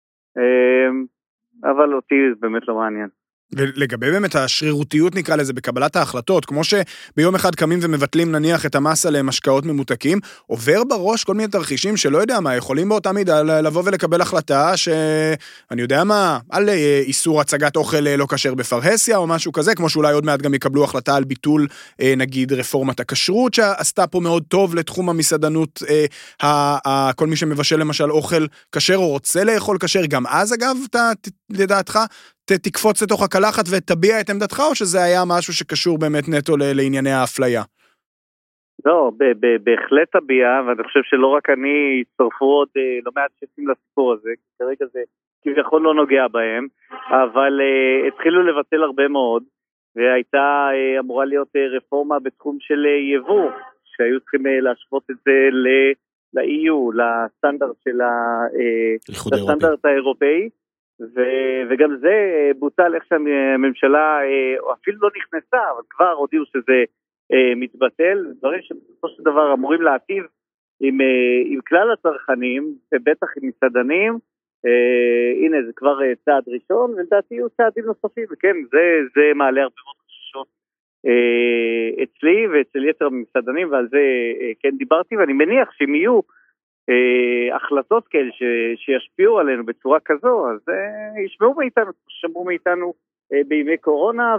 אבל אותי באמת לא מעניין.
ולגבי באמת השרירותיות נקרא לזה בקבלת ההחלטות, כמו שביום אחד קמים ומבטלים נניח את המס על משקאות ממותקים, עובר בראש כל מיני תרחישים שלא יודע מה, יכולים באותה מידה לבוא ולקבל החלטה שאני יודע מה, על איסור הצגת אוכל לא כשר בפרהסיה או משהו כזה, כמו שאולי עוד מעט גם יקבלו החלטה על ביטול נגיד רפורמת הכשרות שעשתה פה מאוד טוב לתחום המסעדנות, כל מי שמבשל למשל אוכל כשר או רוצה לאכול כשר, גם אז אגב, לדעתך, תקפוץ לתוך הקלחת ותביע את עמדתך, או שזה היה משהו שקשור באמת נטו לענייני האפליה?
לא, בהחלט תביע, ואני חושב שלא רק אני, הצטרפו עוד לא מעט שפים לסיפור הזה, כי כרגע זה כביכול לא נוגע בהם, אבל התחילו לבטל הרבה מאוד, והייתה אמורה להיות רפורמה בתחום של יבוא, שהיו צריכים להשוות את זה ל-אי יו, לסטנדרט של הסטנדרט האירופאי, וגם זה בוטל איך שהממשלה אפילו לא נכנסה, אבל כבר הודיעו שזה מתבטל, דברים שבסופו של דבר אמורים להטיב עם, עם כלל הצרכנים, ובטח עם מסעדנים, הנה זה כבר צעד ראשון, ולדעתי יהיו צעדים נוספים, וכן, זה, זה מעלה הרבה מאוד חששות אצלי ואצל יתר המסעדנים, ועל זה כן דיברתי, ואני מניח שאם יהיו החלטות כאלה שישפיעו עלינו בצורה כזו, אז ישמעו מאיתנו, שמעו מאיתנו בימי קורונה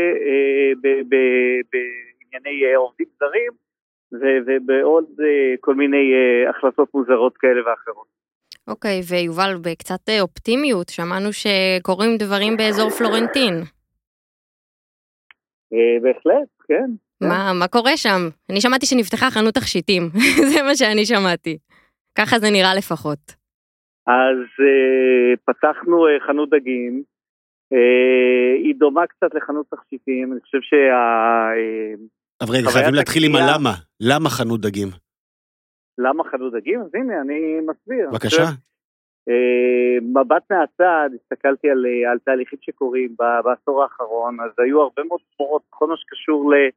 ובענייני עובדים זרים ובעוד כל מיני החלטות מוזרות כאלה ואחרות.
אוקיי, ויובל, בקצת אופטימיות, שמענו שקורים דברים באזור פלורנטין.
בהחלט, כן.
מה, מה קורה שם? אני שמעתי שנפתחה חנות תכשיטים, זה מה שאני שמעתי. ככה זה נראה לפחות.
אז uh, פתחנו uh, חנות דגים, uh, היא דומה קצת לחנות תכשיטים, אני חושב שה... Uh,
אבל רגע, חייבים להתחיל עם הלמה. למה חנות דגים?
למה חנות דגים? אז הנה, אני מסביר.
בבקשה.
Uh, מבט מהצד, הסתכלתי על, על תהליכים שקורים בעשור האחרון, אז היו הרבה מאוד ספורות, כל מה שקשור ל...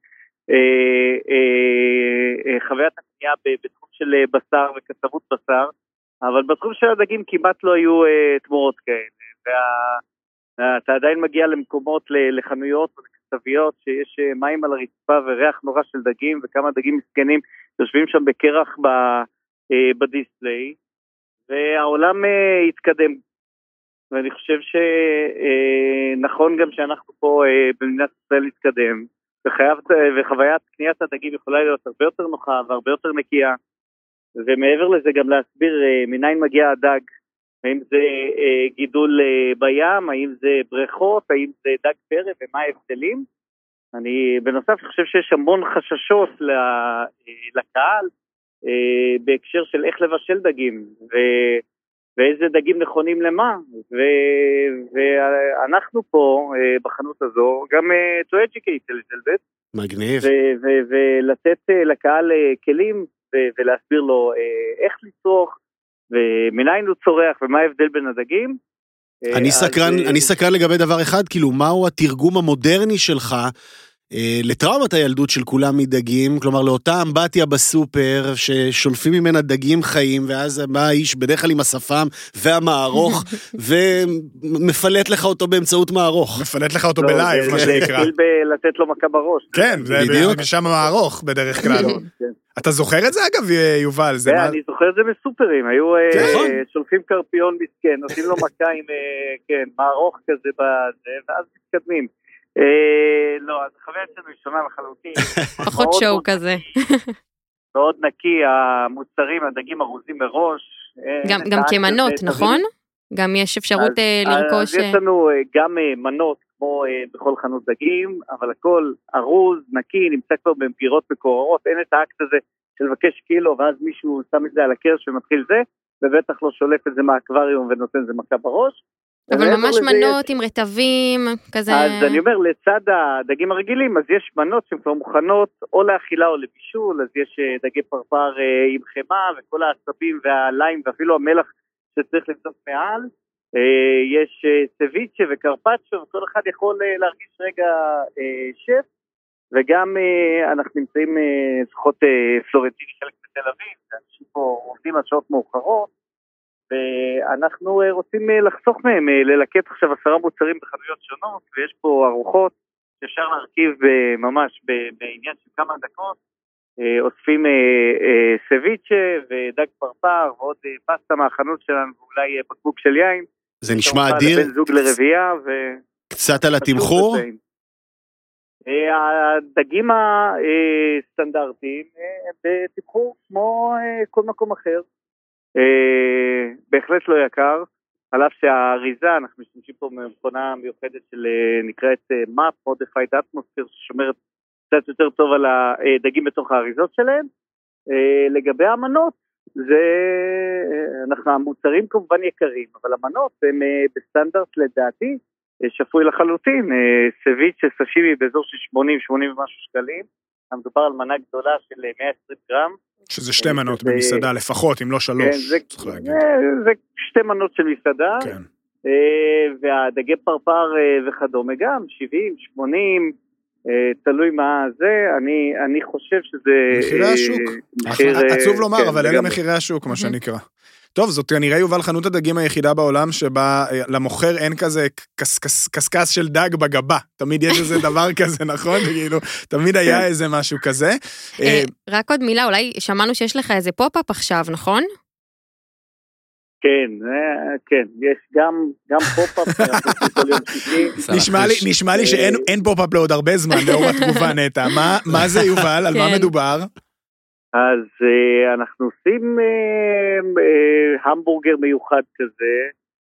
חוויית הקנייה בתחום של בשר וקצבות בשר, אבל בתחום של הדגים כמעט לא היו תמורות כאלה, ואתה עדיין מגיע למקומות, לחנויות ולקצביות שיש מים על הרצפה וריח נורא של דגים, וכמה דגים מסכנים יושבים שם בקרח בדיספליי, והעולם התקדם, ואני חושב שנכון גם שאנחנו פה במדינת ישראל נתקדם, וחוויית קניית הדגים יכולה להיות הרבה יותר נוחה והרבה יותר נקייה, ומעבר לזה גם להסביר מניין מגיע הדג, האם זה גידול בים, האם זה בריכות, האם זה דג פרא ומה ההבדלים. אני בנוסף חושב שיש המון חששות לקהל בהקשר של איך לבשל דגים ואיזה דגים נכונים למה, ואנחנו פה בחנות הזו גם to educate a little bit.
מגניב.
ולתת לקהל כלים ולהסביר לו איך לצרוך ומניין הוא צורח ומה ההבדל בין הדגים.
אני סקרן, אני סקרן לגבי דבר אחד, כאילו מהו התרגום המודרני שלך לטראומת הילדות של כולם מדגים, כלומר לאותה אמבטיה בסופר ששולפים ממנה דגים חיים, ואז בא האיש בדרך כלל עם השפם והמערוך ומפלט לך אותו באמצעות מערוך.
מפלט לך אותו בלייב, מה שנקרא.
זה התחיל לתת לו מכה בראש.
כן, זה משם המערוך בדרך כלל. אתה זוכר את זה אגב, יובל?
אני זוכר את זה בסופרים, היו שולפים קרפיון מסכן, עושים לו מכה עם מערוך כזה בזה, ואז מתקדמים. לא, אז חוויה אצלנו שונה לחלוטין.
פחות שואו כזה.
מאוד נקי, המוצרים, הדגים ארוזים מראש.
גם כמנות, נכון? גם יש אפשרות לרכוש...
אז יש לנו גם מנות, כמו בכל חנות דגים, אבל הכל ארוז, נקי, נמצא כבר במגירות מקוררות, אין את האקט הזה של לבקש קילו, ואז מישהו שם את זה על הקרש ומתחיל זה, ובטח לא שולף את זה מהאקווריום ונותן זה מכה בראש.
אבל ממש מנות עם רטבים, כזה...
אז אני אומר, לצד הדגים הרגילים, אז יש מנות שהן כבר מוכנות או לאכילה או לבישול, אז יש דגי פרפר עם חמה, וכל העצבים והליים, ואפילו המלח שצריך לבדוק מעל. יש סביצ'ה וקרפצ'ו, וכל אחד יכול להרגיש רגע שף, וגם אנחנו נמצאים לפחות פלורנטיני חלק בתל אביב, אנשים פה עובדים על שעות מאוחרות, ואנחנו רוצים לחסוך מהם, ללקט עכשיו עשרה מוצרים בחנויות שונות, ויש פה ארוחות שאפשר להרכיב ממש בעניין של כמה דקות, אוספים סביצ'ה ודג פרפר, ועוד פסטה מהחנות שלנו, ואולי בקבוק של יין.
זה נשמע אדיר.
בן זוג לרבייה.
קצת על התמחור?
הדגים הסטנדרטיים בתמחור כמו כל מקום אחר. בהחלט לא יקר, על אף שהאריזה, אנחנו משתמשים פה במכונה מיוחדת של נקראת מאפ, Modified Atmosphere, ששומרת קצת יותר טוב על הדגים בתוך האריזות שלהם. לגבי המנות, זה, אנחנו, המוצרים כמובן יקרים, אבל המנות הם בסטנדרט לדעתי, שפוי לחלוטין, סביצ'ה סשימי באזור של שמונים שמונים ומשהו שקלים, מדובר על מנה גדולה של מאה ועשרים גרם.
שזה שתי מנות במסעדה לפחות, אם לא שלוש.
כן, זה, זה שתי מנות של מסעדה,
כן.
והדגי פרפר וכדומה גם, שבעים, שמונים, תלוי מה זה, אני, אני חושב שזה...
מחירי השוק. מחיר, עצוב לומר, כן, אבל אלה מחירי השוק, מה שנקרא. טוב, זאת כנראה יובל חנות הדגים היחידה בעולם שבה למוכר אין כזה קסקס של דג בגבה. תמיד יש איזה דבר כזה, נכון? כאילו, תמיד היה איזה משהו כזה.
רק עוד מילה, אולי שמענו שיש לך איזה פופ-אפ עכשיו, נכון?
כן, כן, יש גם, גם פופ-אפ,
נשמע לי שאין פופ-אפ לעוד הרבה זמן, לאור התגובה נטע. מה זה יובל? על מה מדובר?
אז אנחנו עושים המבורגר מיוחד כזה,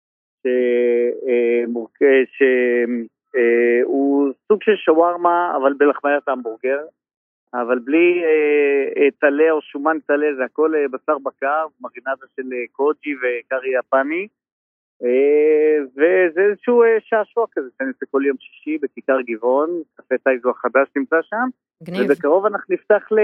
שהוא סוג של שווארמה, אבל בלחמיית המבורגר, אבל בלי טלה או שומן טלה, זה הכל בשר בקר, מרינדה של קוג'י וקרי יפני, וזה איזשהו שעשוע כזה, שאני עושה כל יום שישי בכיכר גבעון, קפה טייזו החדש נמצא שם, ובקרוב אנחנו נפתח ל...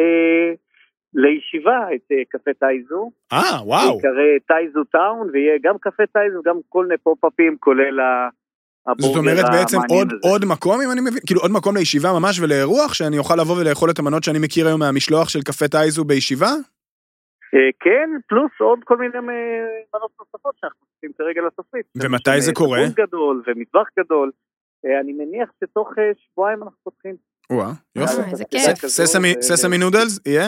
לישיבה את קפה טייזו.
אה, וואו.
יקרא טייזו טאון, ויהיה גם קפה טייזו, גם כל מיני פופ-אפים, כולל הבורגר.
זאת אומרת בעצם עוד, עוד מקום, אם אני מבין, כאילו עוד מקום לישיבה ממש ולאירוח, שאני אוכל לבוא ולאכול את המנות שאני מכיר היום מהמשלוח של קפה טייזו בישיבה?
כן, פלוס עוד כל מיני מנות נוספות שאנחנו עושים כרגע לסופית.
ומתי זה קורה?
תפון גדול ומטבח גדול. אני מניח שתוך שבועיים אנחנו פותחים.
וואה, יופי.
איזה כיף.
ססמי נודלס, יהיה?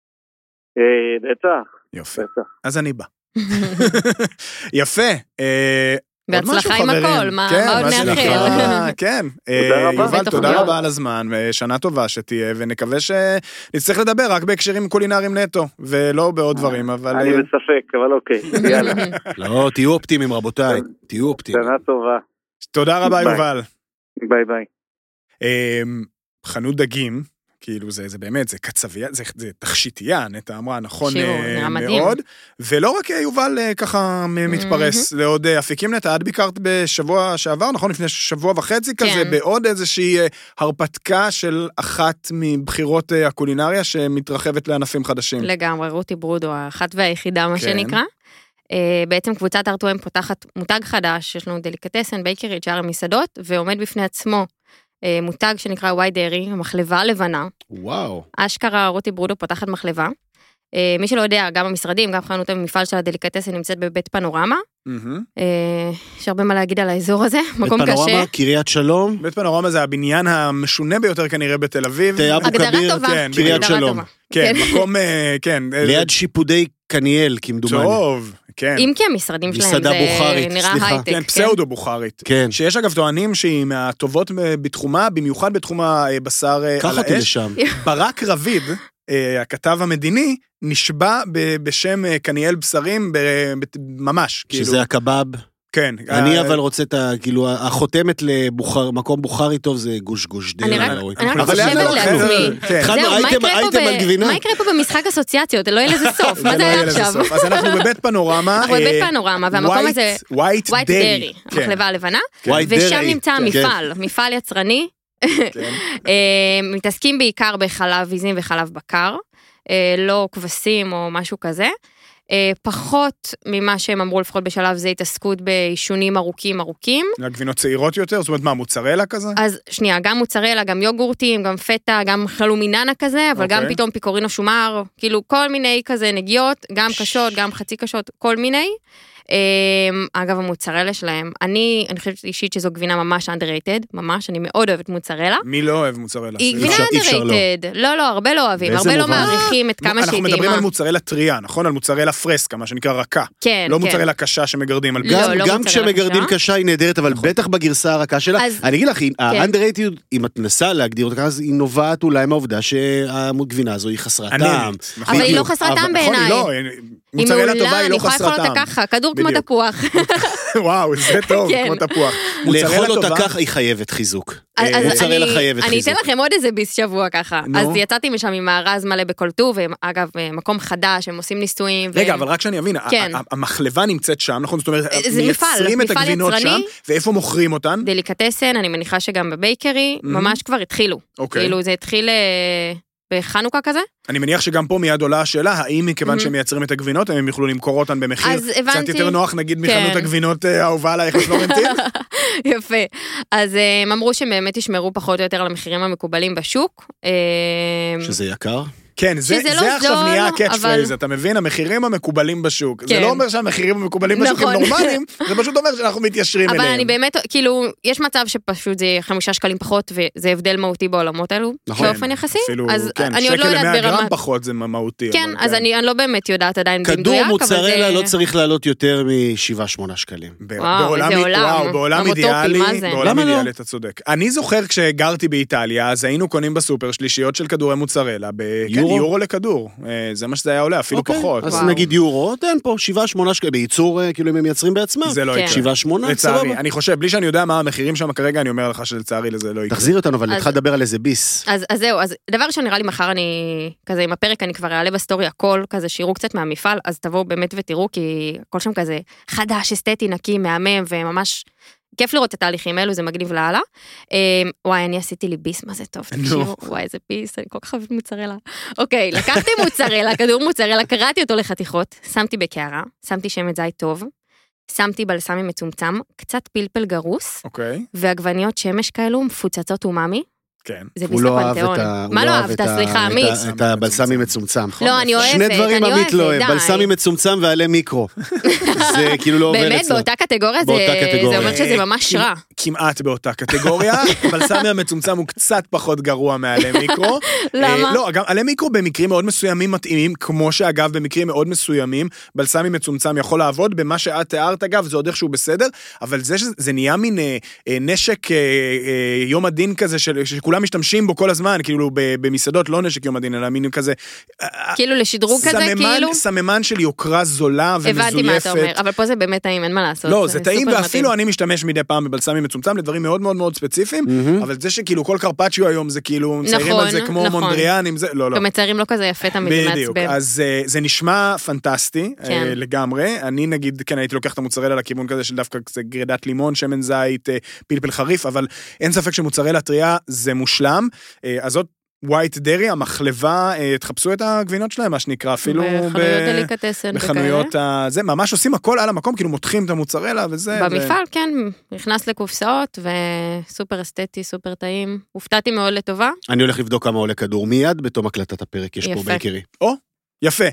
בטח.
יופי. אז אני בא. יפה.
בהצלחה עם הכל, מה עוד נאחל?
כן, יובל, תודה רבה על הזמן, ושנה טובה שתהיה, ונקווה שנצטרך לדבר רק בהקשרים קולינריים נטו, ולא בעוד דברים, אבל...
אני בספק, אבל אוקיי, יאללה.
לא, תהיו אופטימיים רבותיי, תהיו אופטימיים.
שנה טובה.
תודה רבה יובל.
ביי ביי.
חנות דגים, כאילו זה, זה באמת, זה קצביה, זה, זה תכשיטייה, נטע אמרה, נכון מאוד, ולא רק יובל ככה מתפרס לעוד אפיקים. נטע, את ביקרת בשבוע שעבר, נכון? לפני שבוע וחצי כזה, בעוד איזושהי הרפתקה של אחת מבחירות הקולינריה שמתרחבת לענפים חדשים.
לגמרי, רותי ברודו, האחת והיחידה, מה שנקרא. בעצם קבוצת ארטואם פותחת מותג חדש, יש לנו דליקטסן, בייקרי, ג'אר מסעדות, ועומד בפני עצמו מותג שנקרא וואי דרי, מחלבה לבנה.
וואו.
אשכרה רותי ברודו פותחת מחלבה. מי שלא יודע, גם המשרדים, גם חנות המפעל של הדליקטסן נמצאת בבית פנורמה. יש הרבה מה להגיד על האזור הזה, מקום קשה.
בית פנורמה, קריית שלום.
בית פנורמה זה הבניין המשונה ביותר כנראה בתל אביב.
הגדרה טובה.
קריית שלום.
כן, מקום, כן.
ליד שיפודי קניאל, כמדומני.
טוב. כן.
אם כי המשרדים שלהם
מסעדה בוכרית,
זה נראה
סליחה.
הייטק.
כן, פסאודו בוכרית.
כן.
שיש אגב טוענים שהיא מהטובות בתחומה, במיוחד בתחום הבשר על האש.
קח אותי לשם.
ברק רביד, הכתב המדיני, נשבע בשם קניאל בשרים ממש.
שזה הקבב.
כן.
אני אבל רוצה את ה... כאילו, החותמת למקום בוכרי טוב זה גוש גוש דרעי.
אני רק חושבת לעצמי.
התחלנו, הייתם על גבינה.
מה יקרה פה במשחק אסוציאציות? לא יהיה לזה סוף. מה זה היה עכשיו?
אז אנחנו בבית פנורמה.
אנחנו בבית פנורמה, והמקום הזה...
ווייט דרי.
המחלבה הלבנה. ושם נמצא מפעל, מפעל יצרני. מתעסקים בעיקר בחלב עיזים וחלב בקר. לא כבשים או משהו כזה. פחות ממה שהם אמרו לפחות בשלב זה התעסקות באישונים ארוכים ארוכים.
גבינות צעירות יותר? זאת אומרת מה, מוצרלה כזה?
אז שנייה, גם מוצרלה, גם יוגורטים, גם פטה, גם חלומיננה כזה, אבל גם פתאום פיקורינו שומר, כאילו כל מיני כזה נגיעות, גם קשות, גם חצי קשות, כל מיני. אגב, המוצרלה שלהם, אני, אני חושבת אישית שזו גבינה ממש underrated, ממש, אני מאוד אוהבת מוצרלה.
מי לא אוהב מוצרלה?
היא גבינה underrated, לא, לא, הרבה לא אוהבים, הרבה לא מעריכים את כמה שהיא טעימה.
אנחנו מדברים על מוצרלה טריה, נכון? על מוצרלה פרסקה, מה שנקרא רכה.
כן,
לא מוצרלה קשה שמגרדים על
גם, גם כשמגרדים קשה היא נהדרת, אבל בטח בגרסה הרכה שלה. אני אגיד לך, ה-underrated, אם את נסה להגדיר אותה, אז היא נובעת אולי מהעובדה שהגבינה הזו היא חסרת טעם.
אבל היא לא חסרת טעם בעיניי.
מוצרלה טובה היא לא חסרת טעם.
כדור כמו תפוח.
וואו, זה טוב, כמו תפוח.
לאכול אותה ככה היא חייבת חיזוק. מוצרלה חייבת חיזוק.
אני אתן לכם עוד איזה ביס שבוע ככה. אז יצאתי משם עם מארז מלא בקולטו, ואגב, מקום חדש, הם עושים ניסויים.
רגע, אבל רק שאני אבין, המחלבה נמצאת שם, נכון? זאת אומרת, מייצרים את הגבינות שם, ואיפה מוכרים אותן?
דליקטסן, אני מניחה שגם בבייקרי, ממש כבר התחילו. כאילו, זה התחיל בחנוכה כזה.
אני מניח שגם פה מיד עולה השאלה, האם מכיוון שהם מייצרים את הגבינות, הם יוכלו למכור אותן במחיר קצת יותר נוח, נגיד מחנות הגבינות האהובה עלייך בפלורנטין?
יפה. אז הם אמרו שהם באמת ישמרו פחות או יותר על המחירים המקובלים בשוק.
שזה יקר?
כן, זה עכשיו נהיה הקאץ' פרייז, אתה מבין? המחירים המקובלים בשוק. זה לא אומר שהמחירים המקובלים בשוק הם נורמליים, זה פשוט אומר שאנחנו מתיישרים אליהם.
אבל אני באמת, כאילו, יש מצב שפשוט זה חמישה שקלים פחות, וזה הבדל מהותי בעולמות האלו, באופן יחסי.
אפילו, כן, שקל למאה גרם פחות זה מהותי.
כן, אז אני לא באמת יודעת עדיין במדויק,
כדור מוצרלה לא צריך לעלות יותר משבעה שמונה שקלים.
וואו, איזה עולם.
בעולם אידיאלי, בעולם אידיאלי, אתה צודק. אני זוכר כשגרתי באיטליה, אז היינו קונים בסופר שלישיות של כדורי מוצרלה, יורו לכדור, זה מה שזה היה עולה, אפילו פחות.
אז נגיד יורו, תן פה שבעה שמונה שקלים, בייצור, כאילו הם מייצרים בעצמם.
זה לא יקרה.
שבעה שמונה,
לצערי, אני חושב, בלי שאני יודע מה המחירים שם כרגע, אני אומר לך שלצערי לזה לא יקרה.
תחזיר אותנו, אבל נתחיל לדבר על איזה ביס.
אז זהו, אז דבר שנראה לי מחר אני, כזה עם הפרק אני כבר אעלה בסטורי הכל, כזה שירו קצת מהמפעל, אז תבואו באמת ותראו, כי הכל שם כזה חדש, אסתטי, נקי, מהמם, וממש כיף לראות את התהליכים האלו, זה מגניב להלאה. וואי, אני עשיתי לי ביס, מה זה טוב, תקשיבו, וואי, איזה ביס, אני כל כך חייבת מוצרלה. אוקיי, לקחתי מוצרלה, כדור מוצרלה, קרעתי אותו לחתיכות, שמתי בקערה, שמתי שמן זית טוב, שמתי בלסמי מצומצם, קצת פלפל גרוס, ועגבניות שמש כאלו, מפוצצות אומאמי.
כן.
זה ביס הפנתיאון. מה לא אהבת? סליחה, עמית.
את הבלסמי מצומצם.
לא, אני אוהבת,
שני דברים עמית לא אוהב, בלסמי מצומצם ועלי מיקרו. זה כאילו לא עובר אצלו.
באמת, באותה קטגוריה זה אומר שזה ממש רע.
כמעט באותה קטגוריה, בלסמי המצומצם הוא קצת פחות גרוע מעלי מיקרו.
למה?
לא, גם עלי מיקרו במקרים מאוד מסוימים מתאימים, כמו שאגב במקרים מאוד מסוימים, בלסמי מצומצם יכול לעבוד, במה שאת תיארת אגב, זה עוד איכשהו בסדר, אבל זה שזה נהיה מין נשק יום הדין כזה שכולם משתמשים בו כל הזמן, כאילו במסעדות לא נשק יום הדין, אלא מין כזה
כאילו לשדרוג כזה, כאילו
סממן של יוקרה זולה ומזויפת. הבנתי מה אתה אומר,
אבל פה זה באמת טעים, אין מה לעשות.
לא, זה טעים, ואפילו אני משתמש מדי פעם בבלסמי מצומצם לדברים מאוד מאוד מאוד ספציפיים, אבל זה שכאילו כל קרפצ'יו היום זה כאילו מציירים על זה כמו מונדריאן, עם זה, לא, לא.
גם מציירים לו כזה יפה תמיד מעצבן.
בדיוק, אז זה נשמע פנטסטי לגמרי. אני נגיד, כן, הייתי לוקח את המוצרלה לכיוון כזה של דווקא גרידת לימון, שמן זית, פלפל חריף, אבל אין ספק שמוצרלה טריה זה מושלם. אז זאת ווייט דרי, המחלבה, תחפשו את הגבינות שלהם, מה שנקרא, אפילו
בחנויות דליקטסן.
בחנויות, זה ממש עושים הכל על המקום, כאילו מותחים את המוצרלה וזה.
במפעל, כן, נכנס לקופסאות, וסופר אסתטי, סופר טעים. הופתעתי מאוד לטובה.
אני הולך לבדוק כמה עולה כדור מיד, בתום הקלטת הפרק, יש פה בייקרי.
או? יפה.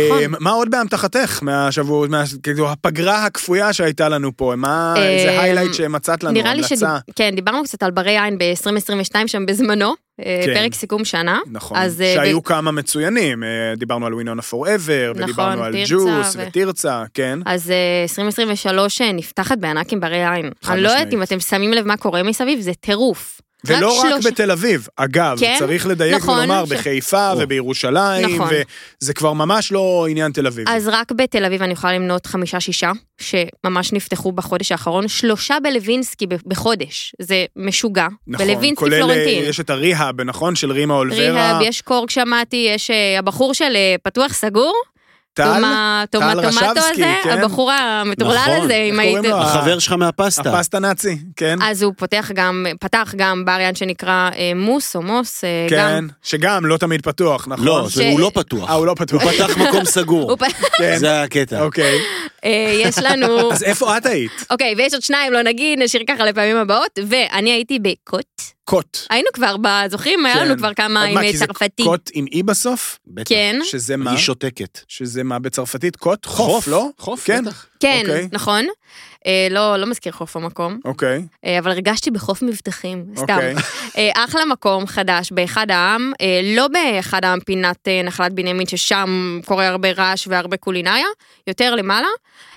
מה עוד באמתחתך מהשבוע, הפגרה הכפויה שהייתה לנו פה, מה, איזה היילייט שמצאת לנו,
נראה לי כן, דיברנו קצת על ברי עין ב-עשרים עשרים ושתיים שם בזמנו, פרק סיכום שנה.
נכון, שהיו כמה מצוינים, דיברנו על ווינונה פוראבר, ודיברנו על ג'וס ותרצה, כן. אז
עשרים עשרים ושלוש נפתחת בענק עם ברי עין. אני לא יודעת אם אתם שמים לב מה קורה מסביב, זה טירוף.
ולא רק בתל אביב, אגב, צריך לדייק ולומר, בחיפה ובירושלים, וזה כבר ממש לא עניין תל אביב.
אז רק בתל אביב אני יכולה למנות חמישה שישה, שממש נפתחו בחודש האחרון, שלושה בלווינסקי בחודש, זה משוגע, בלווינסקי פלורנטין.
יש את הריהאב, נכון, של רימה אולברה.
ריהאב, יש קורק שמעתי, יש הבחור של פתוח סגור,
טל,
טל רשבסקי, כן. הבחור המטורלל הזה, אם הייתם...
החבר שלך מהפסטה.
הפסטה נאצי, כן.
אז הוא פותח גם, פתח גם בריאן שנקרא אה, מוס או מוס. אה,
כן,
גם...
שגם לא תמיד פתוח, נכון?
לא, ש... הוא לא פתוח.
אה, הוא לא פתוח.
הוא פתח מקום סגור.
כן.
זה הקטע.
אוקיי.
אה, יש לנו...
אז איפה את היית?
אוקיי, ויש עוד שניים, לא נגיד, נשאיר ככה לפעמים הבאות, ואני הייתי בקוט.
קוט.
היינו כבר בזוכים, היה לנו כבר כמה עם צרפתי.
קוט עם אי בסוף?
כן.
שזה מה?
היא שותקת.
שזה מה בצרפתית? קוט? חוף, לא?
חוף,
כן.
כן, נכון. לא, לא מזכיר חוף המקום.
אוקיי.
אבל הרגשתי בחוף מבטחים, סתם. אחלה מקום חדש באחד העם, לא באחד העם פינת נחלת בנימין, ששם קורה הרבה רעש והרבה קולינריה, יותר למעלה.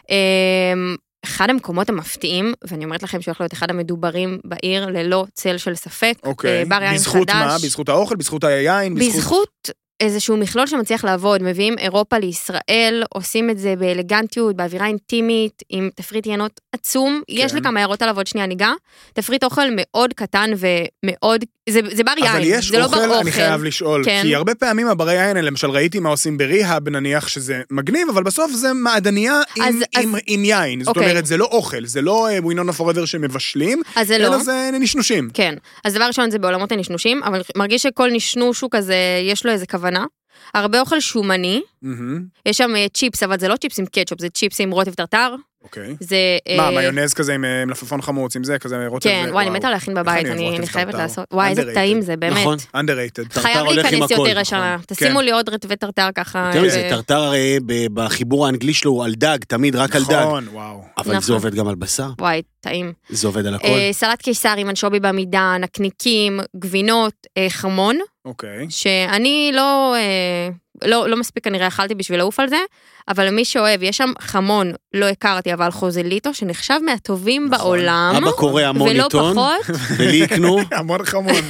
אחד המקומות המפתיעים, ואני אומרת לכם שהולך להיות אחד המדוברים בעיר, ללא צל של ספק.
אוקיי, בזכות מה? בזכות האוכל? בזכות היין?
בזכות איזשהו מכלול שמצליח לעבוד, מביאים אירופה לישראל, עושים את זה באלגנטיות, באווירה אינטימית, עם תפריט ינות עצום, יש לי כמה הערות עליו עוד שנייה ניגע, תפריט אוכל מאוד קטן ומאוד, זה, זה בר יין,
אבל יש
זה
אוכל,
לא בר
אני
אוכל.
חייב לשאול, כן. כי הרבה פעמים הברי יין, למשל ראיתי מה עושים בריהאב, נניח שזה מגניב, אבל בסוף זה מעדניה עם, אז, עם, אז, עם יין, זאת אוקיי. אומרת, זה לא אוכל, זה לא ווינונה פוראבר שמבשלים,
זה
אלא
לא.
זה נשנושים.
כן, אז דבר ראשון זה בעולמות הנשנושים, אבל מרגיש שכל נשנוש הוא כזה, יש לו איזה כוונה. הרבה אוכל שומני, יש שם צ'יפס, אבל זה לא צ'יפס עם קטשופ, זה צ'יפס עם רוטב טרטר.
אוקיי. מה, מיונז כזה עם מלפפון חמוץ, עם זה, כזה רוטב?
כן, וואי, אני מתה להכין בבית, אני חייבת לעשות. וואי, איזה טעים זה, באמת.
נכון.
underrated.
חייב להיכנס יותר השנה. תשימו לי עוד רטבי טרטר ככה.
תראי, זה טרטר בחיבור האנגלי שלו הוא על דג, תמיד רק על דג.
נכון, וואו.
אבל זה עובד גם על בשר.
וואי, טעים.
זה עובד על הכל.
סלט קיסר עם אנשובי במידה, נקניקים, גבינות, חמון.
אוקיי.
שאני לא... לא, לא מספיק כנראה אכלתי בשביל לעוף על זה, אבל למי שאוהב, יש שם חמון, לא הכרתי, אבל חוזליטו, שנחשב מהטובים נכון. בעולם.
אבא קורא המון עיתון,
ולא פחות.
ולי יקנו.
המון חמון.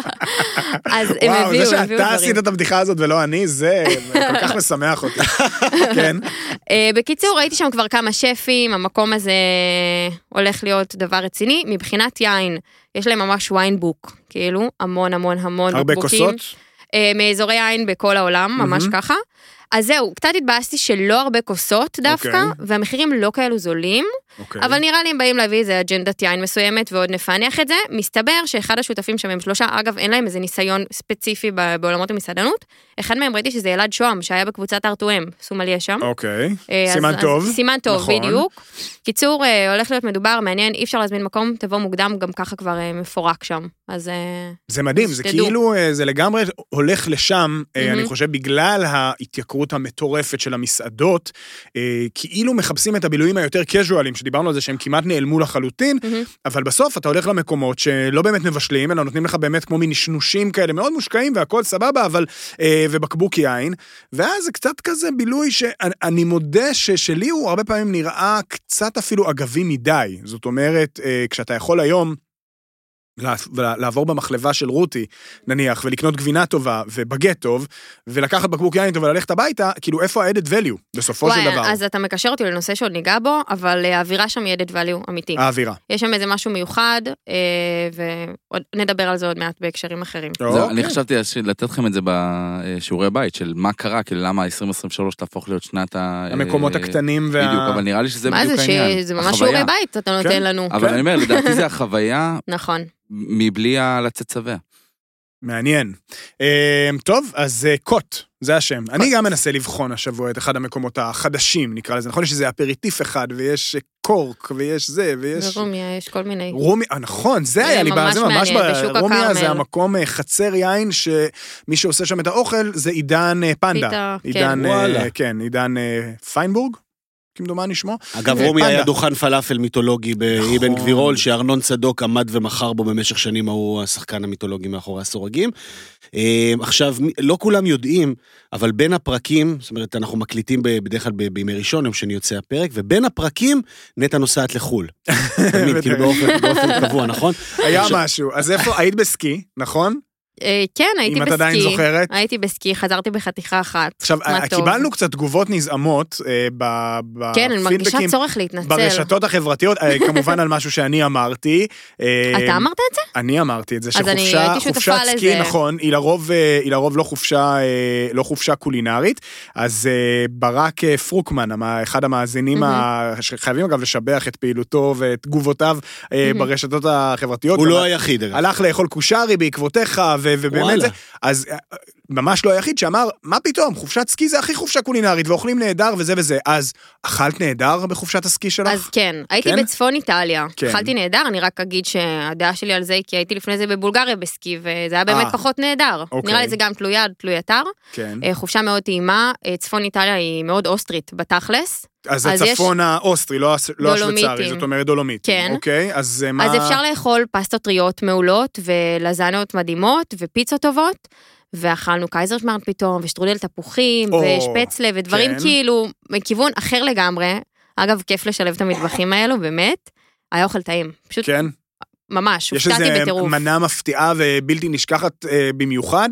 אז הם הביאו,
וואו, זה שאתה עשית את הבדיחה הזאת ולא אני, זה כל כך משמח אותי. כן.
בקיצור, ראיתי שם כבר כמה שפים, המקום הזה הולך להיות דבר רציני, מבחינת יין, יש להם ממש ויינבוק, כאילו, המון המון המון
הרבה בוקבוקים. הרבה כוסות?
מאזורי עין בכל העולם, ממש mm-hmm. ככה. אז זהו, קצת התבאסתי שלא הרבה כוסות דווקא, okay. והמחירים לא כאלו זולים, okay. אבל נראה לי הם באים להביא איזה אג'נדת יין מסוימת, ועוד נפענח את זה. מסתבר שאחד השותפים שם הם שלושה, אגב, אין להם איזה ניסיון ספציפי בעולמות המסעדנות, אחד מהם ראיתי שזה ילד שוהם, שהיה בקבוצת ארטואם, סומליה שם.
אוקיי, okay. סימן אז, טוב.
אז, סימן טוב, נכון. בדיוק. קיצור, הולך להיות מדובר, מעניין, אי אפשר להזמין מקום, תבוא מוקדם, גם ככה כבר מפורק שם. אז
זה מדהים, זה כאילו, זה לגמרי הולך לשם, אני חושב, בגלל ההתייקרות המטורפת של המסעדות, כאילו מחפשים את הבילויים היותר קזואליים, שדיברנו על זה שהם כמעט נעלמו לחלוטין, אבל בסוף אתה הולך למקומות שלא באמת מבשלים, אלא נותנים לך באמת כמו מין שנושים כאלה, מאוד מושקעים והכל סבבה, אבל, ובקבוק יין, ואז זה קצת כזה בילוי שאני מודה ששלי הוא הרבה פעמים נראה קצת אפילו אגבי מדי, זאת אומרת, כשאתה יכול היום, לעבור במחלבה של רותי, נניח, ולקנות גבינה טובה ובגט טוב, ולקחת בקבוק יין טוב וללכת הביתה, כאילו איפה ה-added value, בסופו
וואי,
של דבר.
אז אתה מקשר אותי לנושא שעוד ניגע בו, אבל האווירה שם היא added value אמיתי.
האווירה.
יש שם איזה משהו מיוחד, ועוד נדבר על זה עוד מעט בהקשרים אחרים.
אני חשבתי לתת לכם את זה בשיעורי הבית, של מה קרה, כאילו למה עשרים עשרים ושלוש תהפוך להיות שנת ה...
המקומות הקטנים וה...
בדיוק, אבל נראה לי שזה בדיוק העניין.
זה ממש שיעורי בית, אתה נותן לנו.
אבל אני אומר, לדעתי זה החוויה...
נכון.
מבלי לצאת צבע.
מעניין. טוב, אז קוט, זה השם. אני גם מנסה לבחון השבוע את אחד המקומות החדשים, נקרא לזה. נכון שיש אפריטיף אחד, ויש קורק, ויש זה, ויש...
ורומיה, יש כל מיני...
רומיה, נכון, זה היה לי בעיה, זה ממש בעיה. רומיה זה המקום חצר יין, שמי שעושה שם את האוכל, זה עידן פנדה. עידן, כן, עידן פיינבורג. כמדומני שמו.
אגב, רומי היה דוכן פלאפל מיתולוגי באבן גבירול, שארנון צדוק עמד ומחר בו במשך שנים, הוא השחקן המיתולוגי מאחורי הסורגים. עכשיו, לא כולם יודעים, אבל בין הפרקים, זאת אומרת, אנחנו מקליטים בדרך כלל בימי ראשון, יום שני יוצא הפרק, ובין הפרקים, נטע נוסעת לחול. תמיד, כאילו באופן קבוע, נכון?
היה משהו. אז איפה, היית בסקי, נכון?
כן, הייתי בסקי.
אם את עדיין זוכרת.
הייתי בסקי, חזרתי בחתיכה אחת.
עכשיו, קיבלנו קצת תגובות נזעמות בפידבקים.
כן, אני מרגישה צורך להתנצל.
ברשתות החברתיות, כמובן על משהו שאני אמרתי.
אתה אמרת את זה?
אני אמרתי את זה,
אז אני הייתי שותפה לזה.
סקי, נכון, היא לרוב לא חופשה קולינרית, אז ברק פרוקמן, אחד המאזינים שחייבים אגב לשבח את פעילותו ואת תגובותיו ברשתות החברתיות.
הוא לא היחיד.
הלך לאכול קושרי בעקבותיך, ובאמת זה, אז ממש לא היחיד שאמר, מה פתאום, חופשת סקי זה הכי חופשה קולינרית, ואוכלים נהדר וזה וזה, אז אכלת נהדר בחופשת הסקי שלך?
אז כן, הייתי בצפון איטליה, אכלתי נהדר, אני רק אגיד שהדעה שלי על זה, כי הייתי לפני זה בבולגריה בסקי, וזה היה באמת פחות נהדר, נראה לי זה גם תלוי יד, תלוי אתר, חופשה מאוד טעימה, צפון איטליה היא מאוד אוסטרית בתכלס,
אז הצפון האוסטרי, לא השוויצרי, זאת אומרת דולומית.
כן.
אוקיי, אז מה...
אז אפשר לאכול פסטות טריות מעולות, ולזנות מדהימות, ופיצות טובות, ואכלנו קייזרשמרט פתאום, ושטרודל תפוחים, ושפצלה, ודברים כאילו, מכיוון אחר לגמרי. אגב, כיף לשלב את המטבחים האלו, באמת. היה אוכל טעים. פשוט
כן.
ממש, הופתעתי בטירוף.
יש איזה מנה מפתיעה ובלתי נשכחת במיוחד?